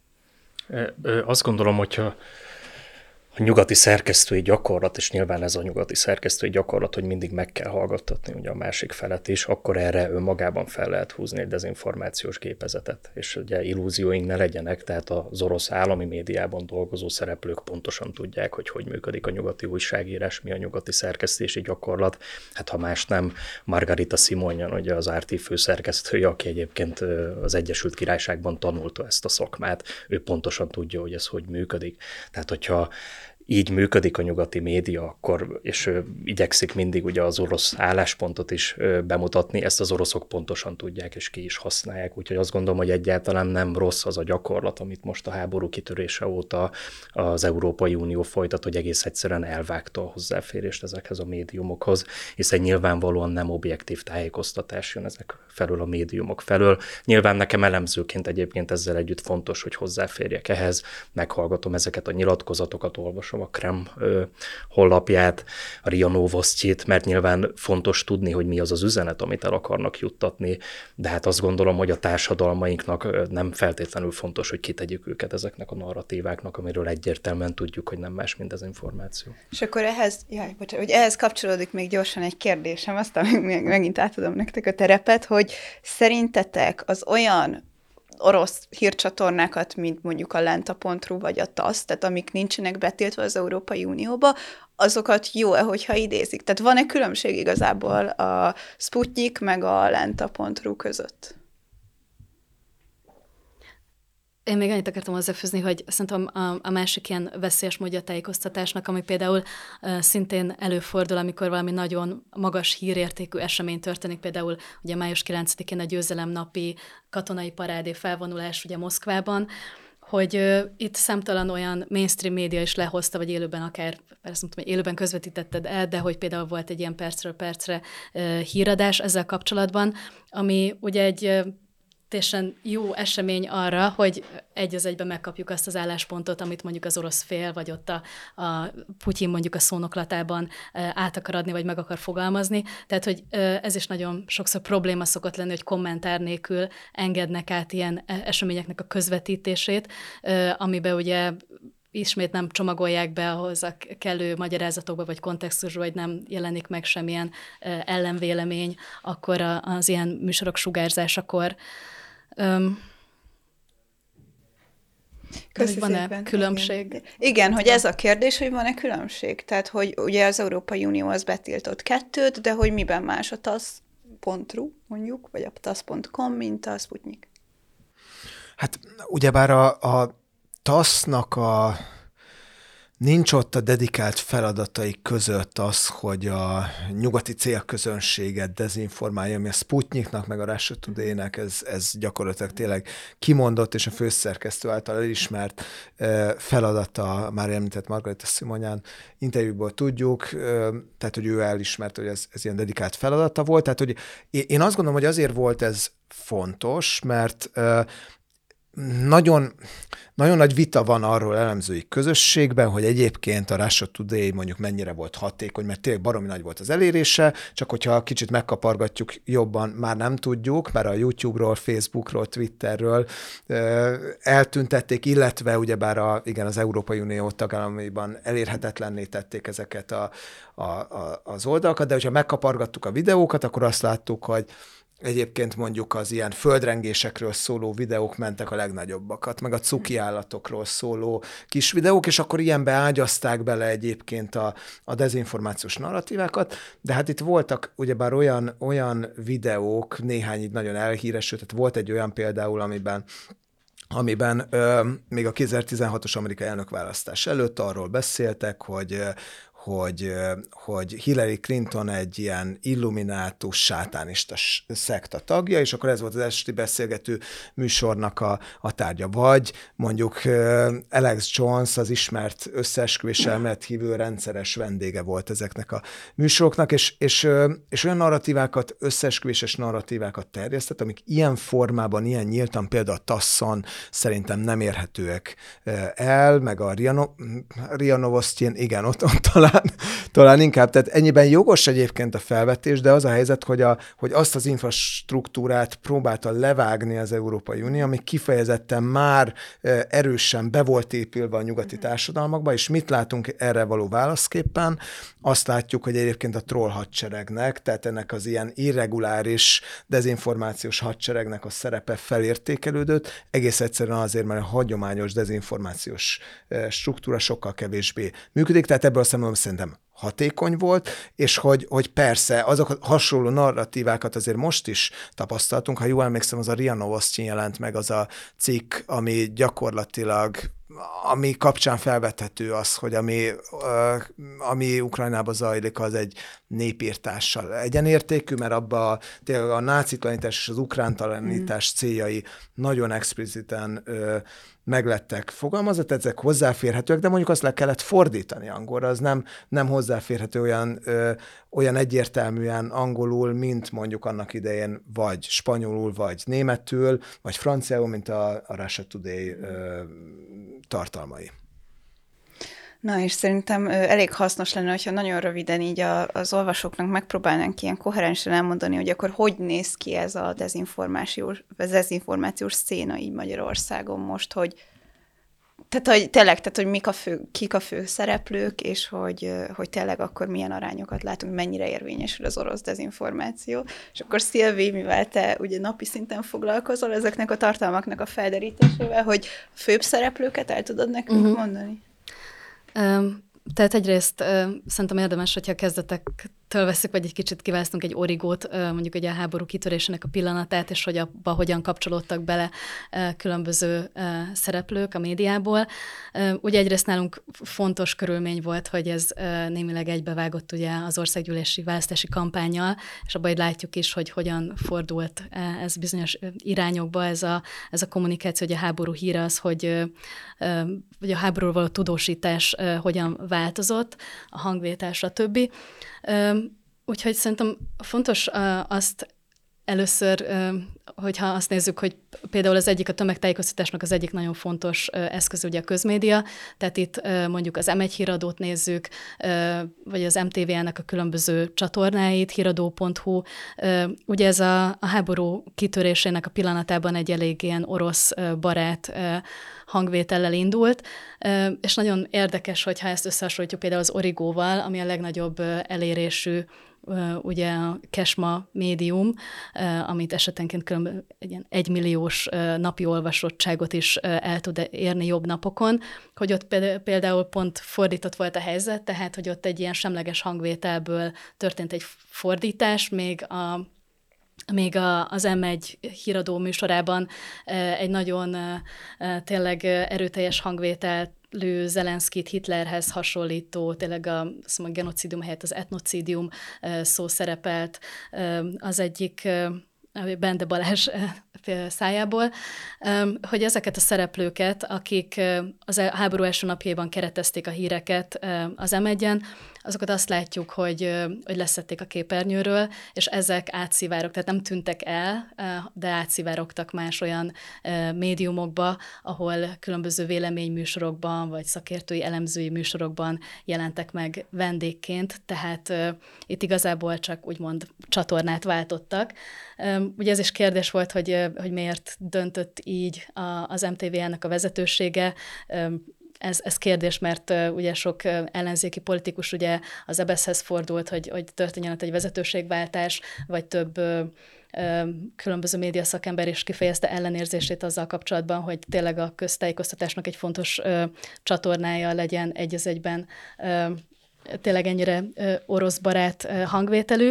Azt gondolom, hogyha a nyugati szerkesztői gyakorlat, és nyilván ez a nyugati szerkesztői gyakorlat, hogy mindig meg kell hallgattatni ugye a másik felet is, akkor erre önmagában fel lehet húzni egy dezinformációs gépezetet. És ugye illúzióink ne legyenek, tehát az orosz állami médiában dolgozó szereplők pontosan tudják, hogy működik a nyugati újságírás, mi a nyugati szerkesztési gyakorlat. Hát ha más nem, Margarita Simonyan, ugye az RT főszerkesztője, aki egyébként az Egyesült Királyságban tanulta ezt a szakmát, ő pontosan tudja, hogy ez hogy működik. Tehát, hogyha így működik a nyugati média, és igyekszik mindig ugye az orosz álláspontot is bemutatni, ezt az oroszok pontosan tudják és ki is használják, úgyhogy azt gondolom, hogy egyáltalán nem rossz az a gyakorlat, amit most a háború kitörése óta az Európai Unió folytat, hogy egész egyszerűen elvágta a hozzáférést ezekhez a médiumokhoz, hiszen nyilvánvalóan nem objektív tájékoztatás jön ezek felől a médiumok felől. Nyilván nekem elemzőként egyébként ezzel együtt fontos, hogy hozzáférjek ehhez, meghallgatom ezeket a nyilatkozatokat, olvasom a Krem honlapját, a RIA Novosztyit, mert nyilván fontos tudni, hogy mi az az üzenet, amit el akarnak juttatni, de hát azt gondolom, hogy a társadalmainknak nem feltétlenül fontos, hogy kitegyük őket ezeknek a narratíváknak, amiről egyértelműen tudjuk, hogy nem más, mint az információ. És akkor ehhez kapcsolódik még gyorsan egy kérdésem, aztán megint átadom nektek a terepet, hogy szerintetek az olyan orosz hírcsatornákat, mint mondjuk a Lenta.ru vagy a TASZ, tehát amik nincsenek betiltva az Európai Unióba, azokat jó-e, hogyha idézik? Tehát van-e különbség igazából a Sputnik meg a Lenta.ru között? Én még annyit akartam hozzáfűzni, hogy szerintem a másik ilyen veszélyes módja a tájékoztatásnak, ami például szintén előfordul, amikor valami nagyon magas hírértékű esemény történik, például ugye május 9-én a győzelemnapi katonai parádé felvonulás ugye Moszkvában, hogy itt számtalan olyan mainstream média is lehozta, vagy élőben akár, persze mondtam, hogy élőben közvetítetted el, de hogy például volt egy ilyen percről percre híradás ezzel kapcsolatban, ami ugye egy teljesen jó esemény arra, hogy egy az egyben megkapjuk azt az álláspontot, amit mondjuk az orosz fél, vagy ott a Putyin mondjuk a szónoklatában át akar adni, vagy meg akar fogalmazni. Tehát, hogy ez is nagyon sokszor probléma szokott lenni, hogy kommentár nélkül engednek át ilyen eseményeknek a közvetítését, amiben ugye ismét nem csomagolják be ahhoz a kellő magyarázatokba vagy kontextusba, vagy nem jelenik meg semmilyen ellenvélemény, akkor az ilyen műsorok sugárzásakor. Van-e különbség? Igen, hogy ez a kérdés, hogy van-e különbség? Tehát, hogy ugye az Európai Unió az betiltott 2, de hogy miben más a TASZ.ru mondjuk, vagy a TASZ.com, mint a Sputnik? Hát ugyebár a TASZ-nak nincs ott a dedikált feladatai között az, hogy a nyugati célközönséget dezinformálja, ami a Sputniknak, meg a Russia Today-nek, ez gyakorlatilag tényleg kimondott, és a főszerkesztő által elismert feladata, már említett Margarita Simonyán interjúból tudjuk, tehát, hogy ő elismert, hogy ez ilyen dedikált feladata volt. Tehát, hogy én azt gondolom, hogy azért volt ez fontos, mert nagyon nagy vita van arról elemzői közösségben, hogy egyébként a Russia Today mondjuk mennyire volt hatékony, mert tényleg baromi nagy volt az elérése, csak hogyha kicsit megkapargatjuk jobban, már nem tudjuk, mert a YouTube-ról, Facebook-ról, Twitterről eltüntették, illetve ugyebár az Európai Unió tagállamaiban elérhetetlenné tették ezeket az oldalakat, de hogyha megkapargattuk a videókat, akkor azt láttuk, hogy egyébként mondjuk az ilyen földrengésekről szóló videók mentek a legnagyobbakat, meg a cuki állatokról szóló kis videók, és akkor ilyenbe ágyazták bele egyébként a dezinformációs narratívákat, de hát itt voltak ugyebár olyan videók, néhány így nagyon elhíresült, tehát volt egy olyan például, amiben még a 2016-os amerikai elnökválasztás előtt arról beszéltek, hogy Hillary Clinton egy ilyen illuminátus, sátánista szekta tagja, és akkor ez volt az esti beszélgető műsornak a tárgya. Vagy mondjuk Alex Jones, az ismert összeesküvés elmélet hívő rendszeres vendége volt ezeknek a műsoroknak, és olyan narratívákat, összeesküvéses narratívákat terjesztett, amik ilyen formában, ilyen nyíltan például a TASZ-on szerintem nem érhetőek el, meg a RIA Novostyin, igen, ott talán inkább, tehát ennyiben jogos egyébként a felvetés, de az a helyzet, hogy azt az infrastruktúrát próbálta levágni az Európai Unió, ami kifejezetten már erősen be volt épülve a nyugati társadalmakba, és mit látunk erre való válaszképpen? Azt látjuk, hogy egyébként a troll hadseregnek, tehát ennek az ilyen irreguláris dezinformációs hadseregnek a szerepe felértékelődött, egész egyszerűen azért, mert a hagyományos dezinformációs struktúra sokkal kevésbé működik, tehát ebből a szemben szerintem hatékony volt, és hogy persze azok a hasonló narratívákat azért most is tapasztaltunk. Ha jól emlékszem, az a RIA Novostyin jelent meg az a cikk, ami gyakorlatilag ami kapcsán felvethető az, hogy ami Ukrajnában zajlik, az egy népírtással egyenértékű, mert abban tényleg a nácitlanítás és az ukrántalanítás céljai nagyon expliciten meglettek fogalmazva, ezek hozzáférhetőek, de mondjuk azt le kellett fordítani angolra, az nem hozzáférhető olyan egyértelműen angolul, mint mondjuk annak idején vagy spanyolul, vagy németül, vagy franciául, mint a Russia Today tartalmai. Na, és szerintem elég hasznos lenne, hogyha nagyon röviden így az olvasóknak megpróbálnánk ilyen koherensen elmondani, hogy akkor hogy néz ki ez a dezinformációs széna így Magyarországon most, hogy kik a fő szereplők, és hogy tényleg akkor milyen arányokat látunk, mennyire érvényesül az orosz dezinformáció. És akkor Szilvi, mivel te ugye napi szinten foglalkozol ezeknek a tartalmaknak a felderítésével, hogy főbb szereplőket el tudod nekünk mondani? Tehát egyrészt szerintem érdemes, hogyha kezdetektől veszük, vagy egy kicsit kiválasztunk egy origót, mondjuk ugye a háború kitörésének a pillanatát, és hogy abba hogyan kapcsolódtak bele különböző szereplők a médiából. Ugye egyrészt nálunk fontos körülmény volt, hogy ez némileg egybevágott ugye az országgyűlési választási kampánnyal, és abban látjuk is, hogy hogyan fordult ez bizonyos irányokba, ez a kommunikáció, hogy a háború híre az, hogy a háborúról való tudósítás hogyan változott, a hangvétel, stb. Úgyhogy szerintem fontos azt Először, hogyha azt nézzük, hogy például az egyik, a tömegtájékoztatásnak az egyik nagyon fontos eszköz ugye a közmédia, tehát itt mondjuk az M1 híradót nézzük, vagy az MTV-nek a különböző csatornáit, híradó.hu. Ugye ez a háború kitörésének a pillanatában egy elég ilyen orosz barát hangvétellel indult, és nagyon érdekes, hogyha ezt összehasonlítjuk például az Origóval, ami a legnagyobb elérésű ugye a Kesma médium, amit esetenként egy ilyen 1 milliós napi olvasottságot is el tud érni jobb napokon, hogy ott például pont fordított volt a helyzet, tehát hogy ott egy ilyen semleges hangvételből történt egy fordítás, még az M1 híradó műsorában egy nagyon tényleg erőteljes hangvételt Zelenszkit Hitlerhez hasonlító, tényleg a genocidium helyett az etnocidium szó szerepelt az egyik Bende Balázs szájából, hogy ezeket a szereplőket, akik az háború első napjaiban keretezték a híreket az M1-en, azokat azt látjuk, hogy leszették a képernyőről, és ezek átszivárogtak, tehát nem tűntek el, de átszivárogtak más olyan médiumokba, ahol különböző véleményműsorokban, vagy szakértői elemzői műsorokban jelentek meg vendégként, tehát itt igazából csak úgymond csatornát váltottak. Ugye ez is kérdés volt, hogy miért döntött így az MTV-nek a vezetősége. Ez kérdés, mert ugye sok ellenzéki politikus ugye az EBESZ-hez fordult, hogy történjen ott egy vezetőségváltás, vagy több különböző média szakember is kifejezte ellenérzését azzal kapcsolatban, hogy tényleg a köztájékoztatásnak egy fontos csatornája legyen egy az egyben tényleg ennyire orosz barát hangvételű.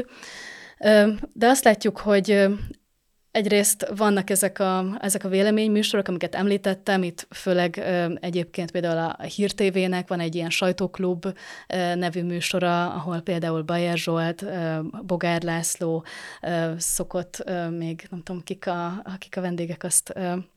De azt látjuk, hogy egyrészt vannak ezek a véleményműsorok, amiket említettem, itt főleg egyébként például a Hír TV-nek van egy ilyen sajtóklub nevű műsora, ahol például Bajer Zsolt, Bogár László szokott, még nem tudom, kik a vendégek, azt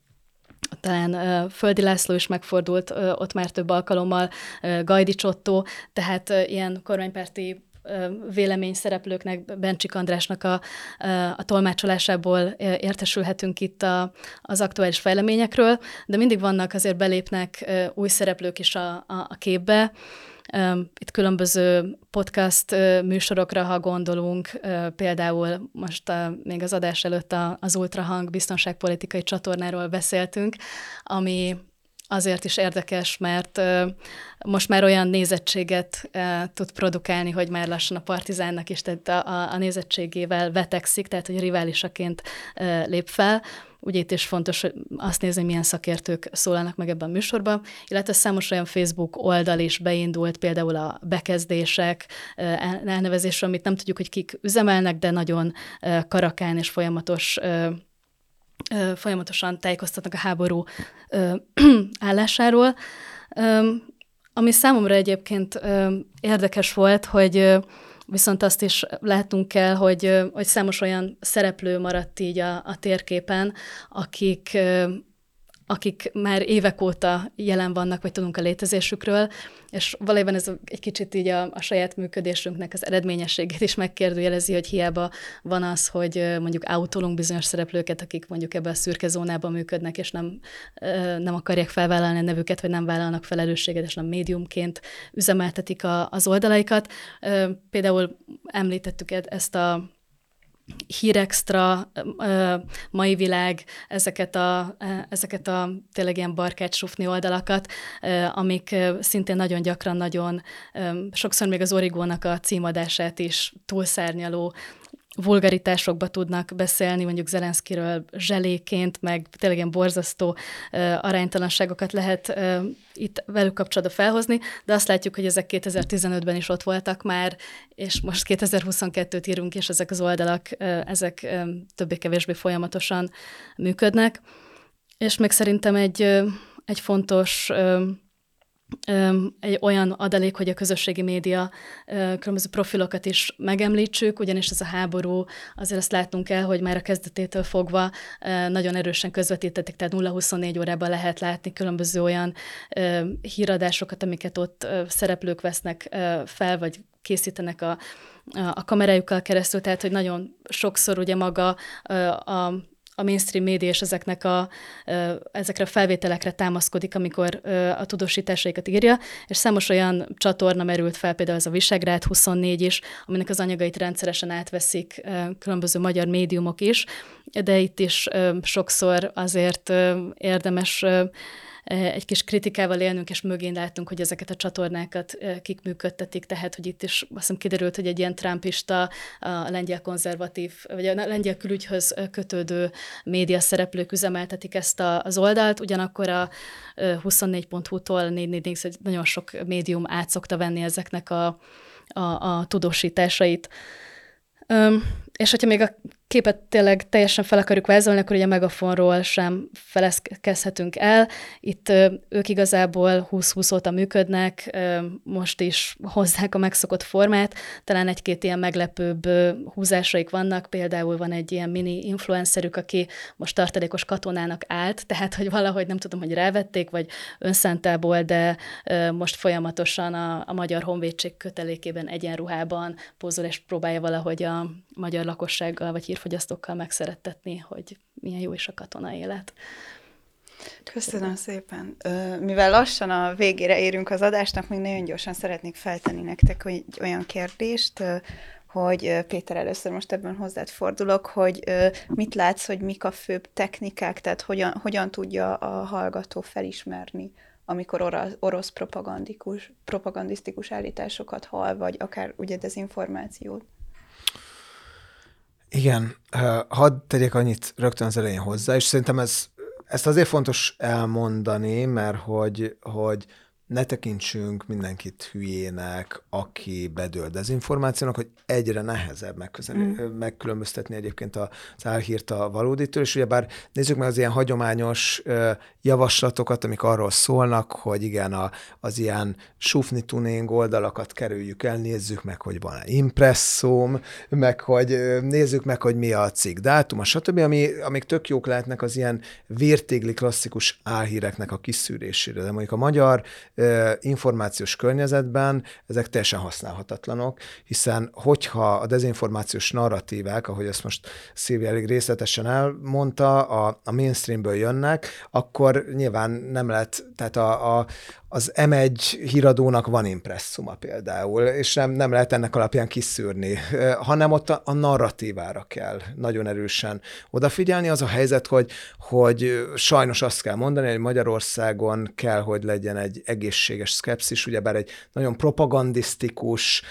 talán Földi László is megfordult ott már több alkalommal, Gajdics Ottó, tehát ilyen kormánypárti véleményszereplőknek, Bencsik Andrásnak a tolmácsolásából értesülhetünk itt az aktuális fejleményekről, de mindig vannak, azért belépnek új szereplők is a képbe. Itt különböző podcast műsorokra, ha gondolunk, például most még az adás előtt az Ultrahang biztonságpolitikai csatornáról beszéltünk, ami azért is érdekes, mert most már olyan nézettséget tud produkálni, hogy már lassan a Partizánnak is, tehát a nézettségével vetekszik, tehát hogy riválisaként lép fel. Ugye itt is fontos azt nézni, hogy milyen szakértők szólalnak meg ebben a műsorban, illetve számos olyan Facebook oldal is beindult, például a bekezdések elnevezésről, amit nem tudjuk, hogy kik üzemelnek, de nagyon karakán és folyamatosan tájékoztatnak a háború állásáról. Ami számomra egyébként érdekes volt, hogy viszont azt is látnunk kell, hogy számos olyan szereplő maradt így a térképen, akik már évek óta jelen vannak, vagy tudunk a létezésükről, és valójában ez egy kicsit így a saját működésünknek az eredményességét is megkérdőjelezi, hogy hiába van az, hogy mondjuk outolunk bizonyos szereplőket, akik mondjuk ebben a szürke zónában működnek, és nem akarják felvállalni a nevüket, vagy nem vállalnak felelősséget, és nem médiumként üzemeltetik az oldalaikat. Például említettük ezt a Hírextra, Mai Világ, ezeket a tényleg ilyen barkács-sufni oldalakat, amik szintén nagyon gyakran, nagyon sokszor még az Origónak a címadását is túlszárnyaló vulgaritásokba tudnak beszélni, mondjuk Zelenszkiről zseléként, meg tényleg ilyen borzasztó aránytalanságokat lehet itt velük kapcsolatban felhozni, de azt látjuk, hogy ezek 2015-ben is ott voltak már, és most 2022-t írunk, és ezek az oldalak, ezek többé-kevésbé folyamatosan működnek. És még szerintem egy fontos egy olyan adalék, hogy a közösségi média különböző profilokat is megemlítsük, ugyanis ez a háború, azért azt látnunk kell, hogy már a kezdetétől fogva nagyon erősen közvetítették, tehát 0-24 órában lehet látni különböző olyan híradásokat, amiket ott szereplők vesznek fel, vagy készítenek a kamerájukkal keresztül, tehát hogy nagyon sokszor ugye maga a mainstream média és ezekre a felvételekre támaszkodik, amikor a tudósításaikat írja, és számos olyan csatorna merült fel, például ez a Visegrád 24 is, aminek az anyagait rendszeresen átveszik különböző magyar médiumok is, de itt is sokszor azért érdemes egy kis kritikával élnünk, és mögén látunk, hogy ezeket a csatornákat kik működtetik, tehát, hogy itt is azt hiszem kiderült, hogy egy ilyen trumpista, a lengyel konzervatív, vagy a lengyel külügyhöz kötődő média szereplők üzemeltetik ezt az oldalt, ugyanakkor a 24.hu-tól 444 nagyon sok médium át szokta venni ezeknek a tudósításait. És hogyha még a képet tényleg teljesen fel akarjuk vázolni, akkor ugye a Megafonról sem felezkezhetünk el. Itt ők igazából 2020 óta működnek, most is hozzák a megszokott formát, talán egy-két ilyen meglepőbb húzásaik vannak, például van egy ilyen mini influencerük, aki most tartalékos katonának állt, tehát hogy valahogy nem tudom, hogy rávették, vagy önszántából, de most folyamatosan a Magyar Honvédség kötelékében egyenruhában pózol, és próbálja valahogy a magyar lakossággal, vagy hírfogyasztókkal megszerettetni, hogy milyen jó is a katona élet. Köszönöm szépen. Mivel lassan a végére érünk az adásnak, még nagyon gyorsan szeretnék feltenni nektek egy olyan kérdést, hogy Péter, először most ebben hozzád fordulok, hogy mit látsz, hogy mik a főbb technikák, tehát hogyan tudja a hallgató felismerni, amikor orosz propagandisztikus állításokat hall, vagy akár ugye dezinformációt. Igen, hadd tegyek annyit rögtön az elején hozzá, és szerintem ezt azért fontos elmondani, mert hogy ne tekintsünk mindenkit hülyének, aki bedől dezinformációnak, hogy egyre nehezebb megkülönböztetni egyébként az álhírt a valóditől, és ugyebár nézzük meg az ilyen hagyományos javaslatokat, amik arról szólnak, hogy igen, az ilyen sufni tuning oldalakat kerüljük el, nézzük meg, hogy van-e impresszum, meg hogy nézzük meg, hogy mi a cikk dátuma, stb., amik tök jók lehetnek az ilyen vértégli klasszikus álhíreknek a kiszűrésére, de mondjuk a magyar információs környezetben ezek teljesen használhatatlanok, hiszen hogyha a dezinformációs narratívák, ahogy ezt most Szilvia elég részletesen elmondta, a mainstreamből jönnek, akkor nyilván nem lehet, tehát az M1 híradónak van impresszuma például, és nem lehet ennek alapján kiszűrni, hanem ott a narratívára kell nagyon erősen odafigyelni. Az a helyzet, hogy sajnos azt kell mondani, hogy Magyarországon kell, hogy legyen egy egészséges szkepszis, ugyebár egy nagyon propagandisztikus,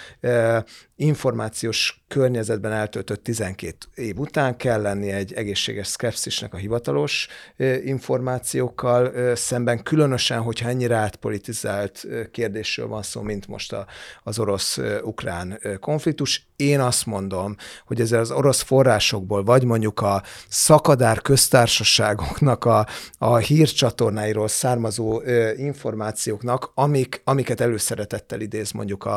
információs környezetben eltöltött 12 év után kell lenni egy egészséges szkepszisnek a hivatalos információkkal szemben, különösen, hogyha ennyire átpolitizált kérdésről van szó, mint most az orosz-ukrán konfliktus. Én azt mondom, hogy ezzel az orosz forrásokból, vagy mondjuk a szakadár köztársaságoknak a hírcsatornáiról származó információknak, amiket előszeretettel idéz mondjuk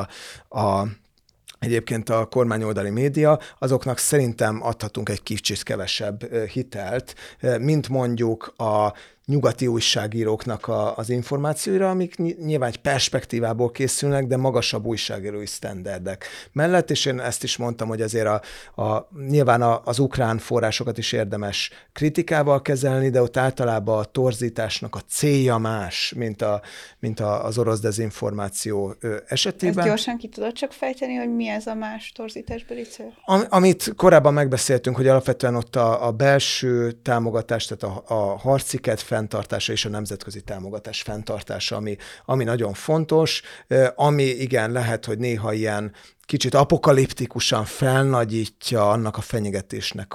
egyébként a kormányoldali média, azoknak szerintem adhatunk egy kicsit kevesebb hitelt, mint mondjuk a nyugati újságíróknak az információira, amik nyilván egy perspektívából készülnek, de magasabb újságírói sztenderdek mellett, és én ezt is mondtam, hogy azért nyilván az ukrán forrásokat is érdemes kritikával kezelni, de ott általában a torzításnak a célja más, mint az orosz dezinformáció esetében. Ezt gyorsan ki tudod csak fejteni, hogy mi ez a más torzításbeli cél? Amit korábban megbeszéltünk, hogy alapvetően ott a belső támogatás, tehát a harciket fenntartása és a nemzetközi támogatás fenntartása, ami nagyon fontos, ami igen, lehet, hogy néha ilyen kicsit apokaliptikusan felnagyítja annak a fenyegetésnek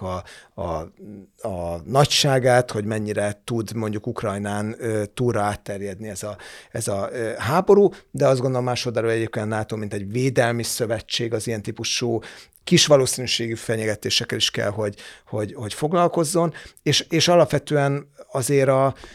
a nagyságát, hogy mennyire tud mondjuk Ukrajnán túlra átterjedni ez a háború, de azt gondolom másoldalról egyébként NATO, mint egy védelmi szövetség az ilyen típusú kis valószínűségű fenyegetésekkel is kell, hogy foglalkozzon, és alapvetően azért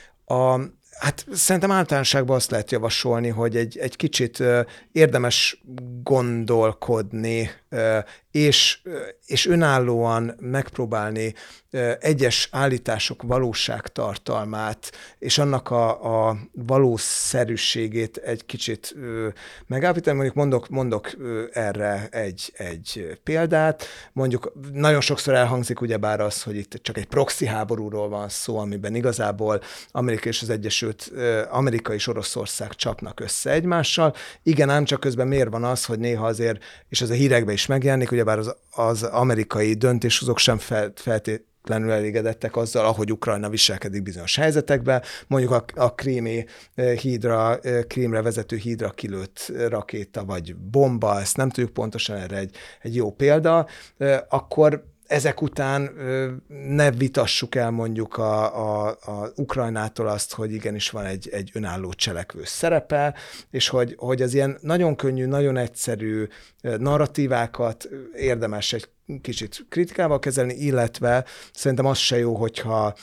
hát szerintem általánosságban azt lehet javasolni, hogy egy kicsit érdemes gondolkodni és önállóan megpróbálni egyes állítások valóságtartalmát és annak a valószerűségét egy kicsit megállapítani. Mondjuk mondok erre egy példát. Mondjuk nagyon sokszor elhangzik ugyebár az, hogy itt csak egy proxy háborúról van szó, amiben igazából Amerika és Amerika és Oroszország csapnak össze egymással. Igen, ám csak közben miért van az, hogy néha azért, és ez a hírekben is megjelenik, ugyebár az amerikai döntéshozók sem feltétlenül elégedettek azzal, ahogy Ukrajna viselkedik bizonyos helyzetekben. Mondjuk a Krímre vezető hídra kilőtt rakéta vagy bomba, ezt nem tudjuk pontosan, erre egy jó példa, akkor ezek után ne vitassuk el mondjuk a Ukrajnától azt, hogy igenis van egy önálló cselekvő szerepe, és hogy az ilyen nagyon könnyű, nagyon egyszerű narratívákat érdemes egy kicsit kritikával kezelni, illetve szerintem az se jó, hogyha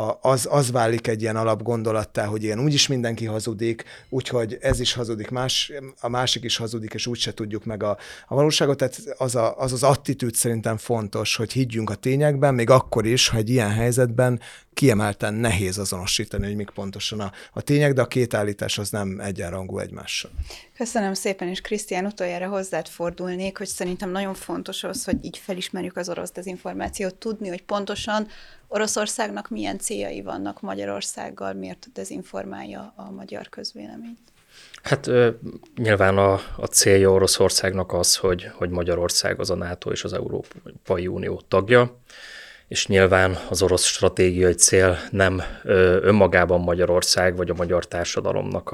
az válik egy ilyen alapgondolattá, hogy ilyen úgyis mindenki hazudik, úgyhogy ez is hazudik, a másik is hazudik, és úgyse tudjuk meg a valóságot. Tehát az attitűd szerintem fontos, hogy higgyünk a tényekben, még akkor is, ha egy ilyen helyzetben kiemelten nehéz azonosítani, hogy mik pontosan a tények, de a két állítás az nem egyenrangú egymással. Köszönöm szépen, és Krisztián, utoljára hozzád fordulnék, hogy szerintem nagyon fontos az, hogy így felismerjük az orosz dezinformációt, tudni, hogy pontosan Oroszországnak milyen céljai vannak Magyarországgal, miért dezinformálja a magyar közvéleményt. Hát nyilván a célja Oroszországnak az, hogy Magyarország az a NATO és az Európai Unió tagja, és nyilván az orosz stratégiai cél nem önmagában Magyarország vagy a magyar társadalomnak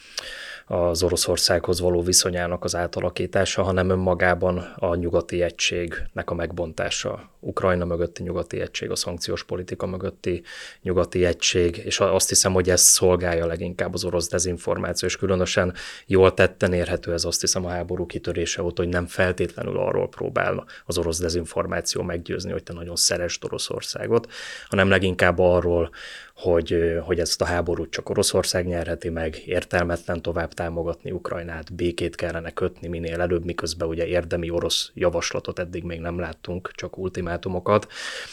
az Oroszországhoz való viszonyának az átalakítása, hanem önmagában a nyugati egységnek a megbontása. Ukrajna mögötti nyugati egység, a szankciós politika mögötti nyugati egység, és azt hiszem, hogy ez szolgálja leginkább az orosz dezinformáció, és különösen jól tetten érhető ez, azt hiszem, a háború kitörése óta, hogy nem feltétlenül arról próbál az orosz dezinformáció meggyőzni, hogy te nagyon szeresd Oroszországot, hanem leginkább arról, hogy ezt a háborút csak Oroszország nyerheti meg, értelmetlen tovább támogatni Ukrajnát, békét kellene kötni minél előbb, miközben ugye érdemi orosz javaslatot eddig még nem láttunk, csak ultimátumokat,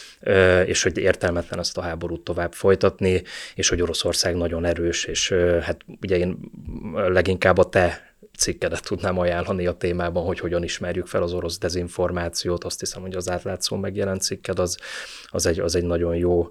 és hogy értelmetlen ezt a háborút tovább folytatni, és hogy Oroszország nagyon erős, és hát ugye én leginkább a te cikkedet tudnám ajánlani a témában, hogy hogyan ismerjük fel az orosz dezinformációt. Azt hiszem, hogy az átlátszón megjelent cikked az egy nagyon jó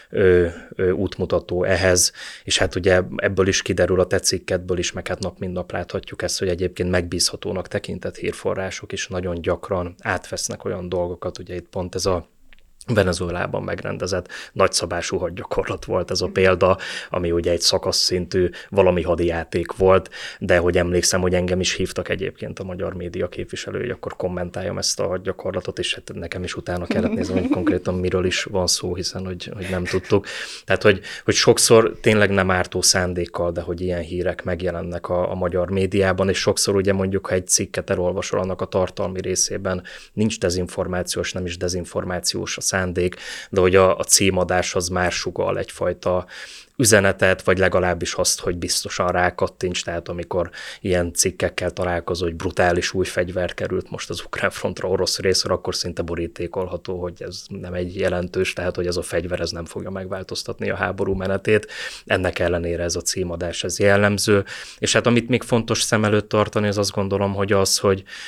útmutató ehhez, és hát ugye ebből is kiderül, a te cikkedből is, meg hát nap mint nap láthatjuk ezt, hogy egyébként megbízhatónak tekintett hírforrások is nagyon gyakran átvesznek olyan dolgokat, ugye itt pont ez a Venezuelában megrendezett nagyszabású hadgyakorlat volt ez a példa, ami ugye egy szakaszszintű valami hadijáték volt, de hogy emlékszem, hogy engem is hívtak egyébként a magyar média képviselői, akkor kommentáljam ezt a hadgyakorlatot, és hát nekem is utána kellett nézni, hogy konkrétan miről is van szó, hiszen hogy nem tudtuk. Tehát, hogy sokszor tényleg nem ártó szándékkal, de hogy ilyen hírek megjelennek a magyar médiában, és sokszor ugye mondjuk, ha egy cikket elolvasol, annak a tartalmi részében nincs dezinformációs, nem is dezinformációs a szándék, de hogy a címadáshoz már sugall egyfajta üzenetet, vagy legalábbis azt, hogy biztosan rákattints, tehát amikor ilyen cikkekkel találkozol, hogy brutális új fegyver került most az ukrán frontra orosz részről, akkor szinte borítékolható, hogy ez nem egy jelentős, tehát hogy ez a fegyver ez nem fogja megváltoztatni a háború menetét. Ennek ellenére ez a címadás ez jellemző. És hát amit még fontos szem előtt tartani, az azt gondolom, hogy az,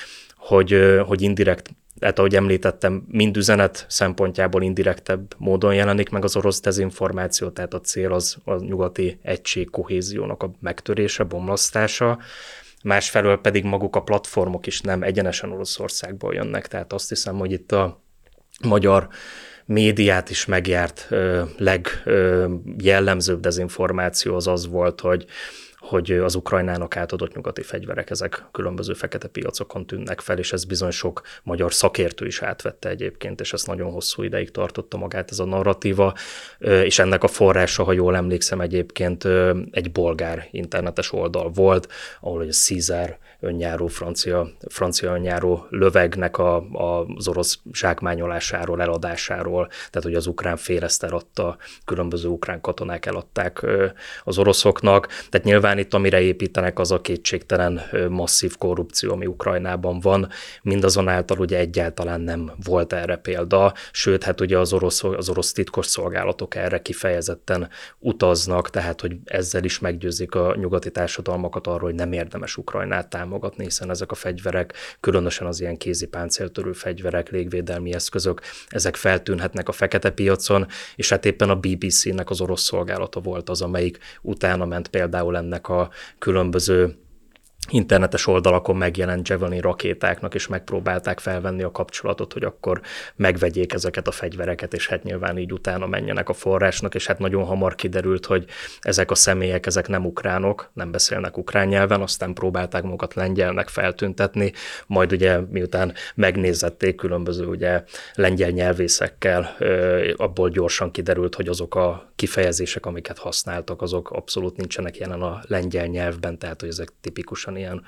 hogy indirekt, tehát ahogy említettem, mind üzenet szempontjából indirektebb módon jelenik meg az orosz dezinformáció, tehát a cél az a nyugati egység kohéziónak a megtörése, bomlasztása, másfelől pedig maguk a platformok is nem egyenesen Oroszországból jönnek, tehát azt hiszem, hogy itt a magyar médiát is megjárt legjellemzőbb dezinformáció az volt, hogy az Ukrajnának átadott nyugati fegyverek, ezek különböző fekete piacokon tűnnek fel, és ez bizony sok magyar szakértő is átvette egyébként, és ezt nagyon hosszú ideig tartotta magát ez a narratíva, és ennek a forrása, ha jól emlékszem, egyébként egy bolgár internetes oldal volt, ahol a Caesar önjáró, francia önjáró lövegnek az orosz zsákmányolásáról, eladásáról, tehát hogy az ukrán fél ezt eladta, különböző ukrán katonák eladták az oroszoknak, tehát nyilván nyilván itt amire építenek, az a kétségtelen masszív korrupció, ami Ukrajnában van, mindazonáltal ugye egyáltalán nem volt erre példa, sőt, hát ugye az orosz titkosszolgálatok erre kifejezetten utaznak, tehát hogy ezzel is meggyőzik a nyugati társadalmakat arról, hogy nem érdemes Ukrajnát támogatni, hiszen ezek a fegyverek, különösen az ilyen kézi páncéltörő fegyverek, légvédelmi eszközök, ezek feltűnhetnek a fekete piacon, és hát éppen a BBC-nek az orosz szolgálata volt az, amelyik utána ment például ennek a különböző internetes oldalakon megjelent Javelin rakétáknak, és megpróbálták felvenni a kapcsolatot, hogy akkor megvegyék ezeket a fegyvereket, és hát nyilván így utána menjenek a forrásnak, és hát nagyon hamar kiderült, hogy ezek a személyek, ezek nem ukránok, nem beszélnek ukrán nyelven, aztán próbálták magukat lengyelnek feltüntetni, majd ugye miután megnézették különböző ugye lengyel nyelvészekkel, abból gyorsan kiderült, hogy azok a kifejezések, amiket használtak, azok abszolút nincsenek jelen a lengyel nyelvben, tehát hogy ezek tipikusan ilyen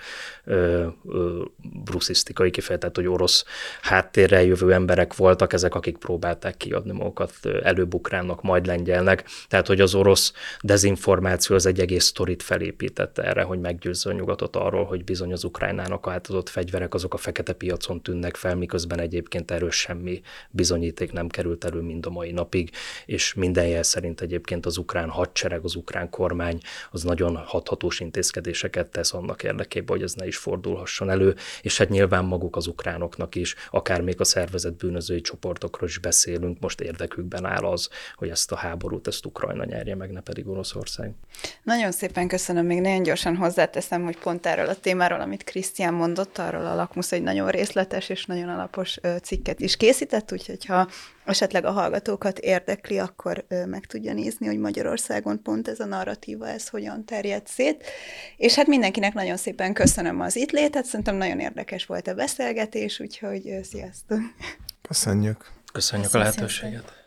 ruszisztikai kifejezet, hogy orosz háttérrel jövő emberek voltak ezek, akik próbálták kiadni magukat előbb ukránnak, majd lengyelnek. Tehát, hogy az orosz dezinformáció az egy egész sztorit felépítette erre, hogy meggyőzze a nyugatot arról, hogy bizony az Ukrajnának átadott fegyverek azok a fekete piacon tűnnek fel, miközben egyébként erről semmi bizonyíték nem került elő mind a mai napig, és minden jel szerint egyébként az ukrán hadsereg, az ukrán kormány az nagyon hathatós intézkedéseket tesz annak érdekében, hogy ez ne is fordulhasson elő, és hát nyilván maguk az ukránoknak is, akár még a szervezett bűnözői csoportokról is beszélünk, most érdekükben áll az, hogy ezt a háborút, ezt Ukrajna nyerje meg, ne pedig Oroszország. Nagyon szépen köszönöm, még nagyon gyorsan hozzáteszem, hogy pont erről a témáról, amit Krisztián mondott, arról a Lakmusz egy nagyon részletes és nagyon alapos cikket is készített, úgyhogy ha esetleg a hallgatókat érdekli, akkor meg tudja nézni, hogy Magyarországon pont ez a narratíva, ez hogyan terjed szét. És hát mindenkinek nagyon szépen köszönöm az itt létet, szerintem nagyon érdekes volt a beszélgetés, úgyhogy sziasztok! Köszönjük! Köszönjük a lehetőséget!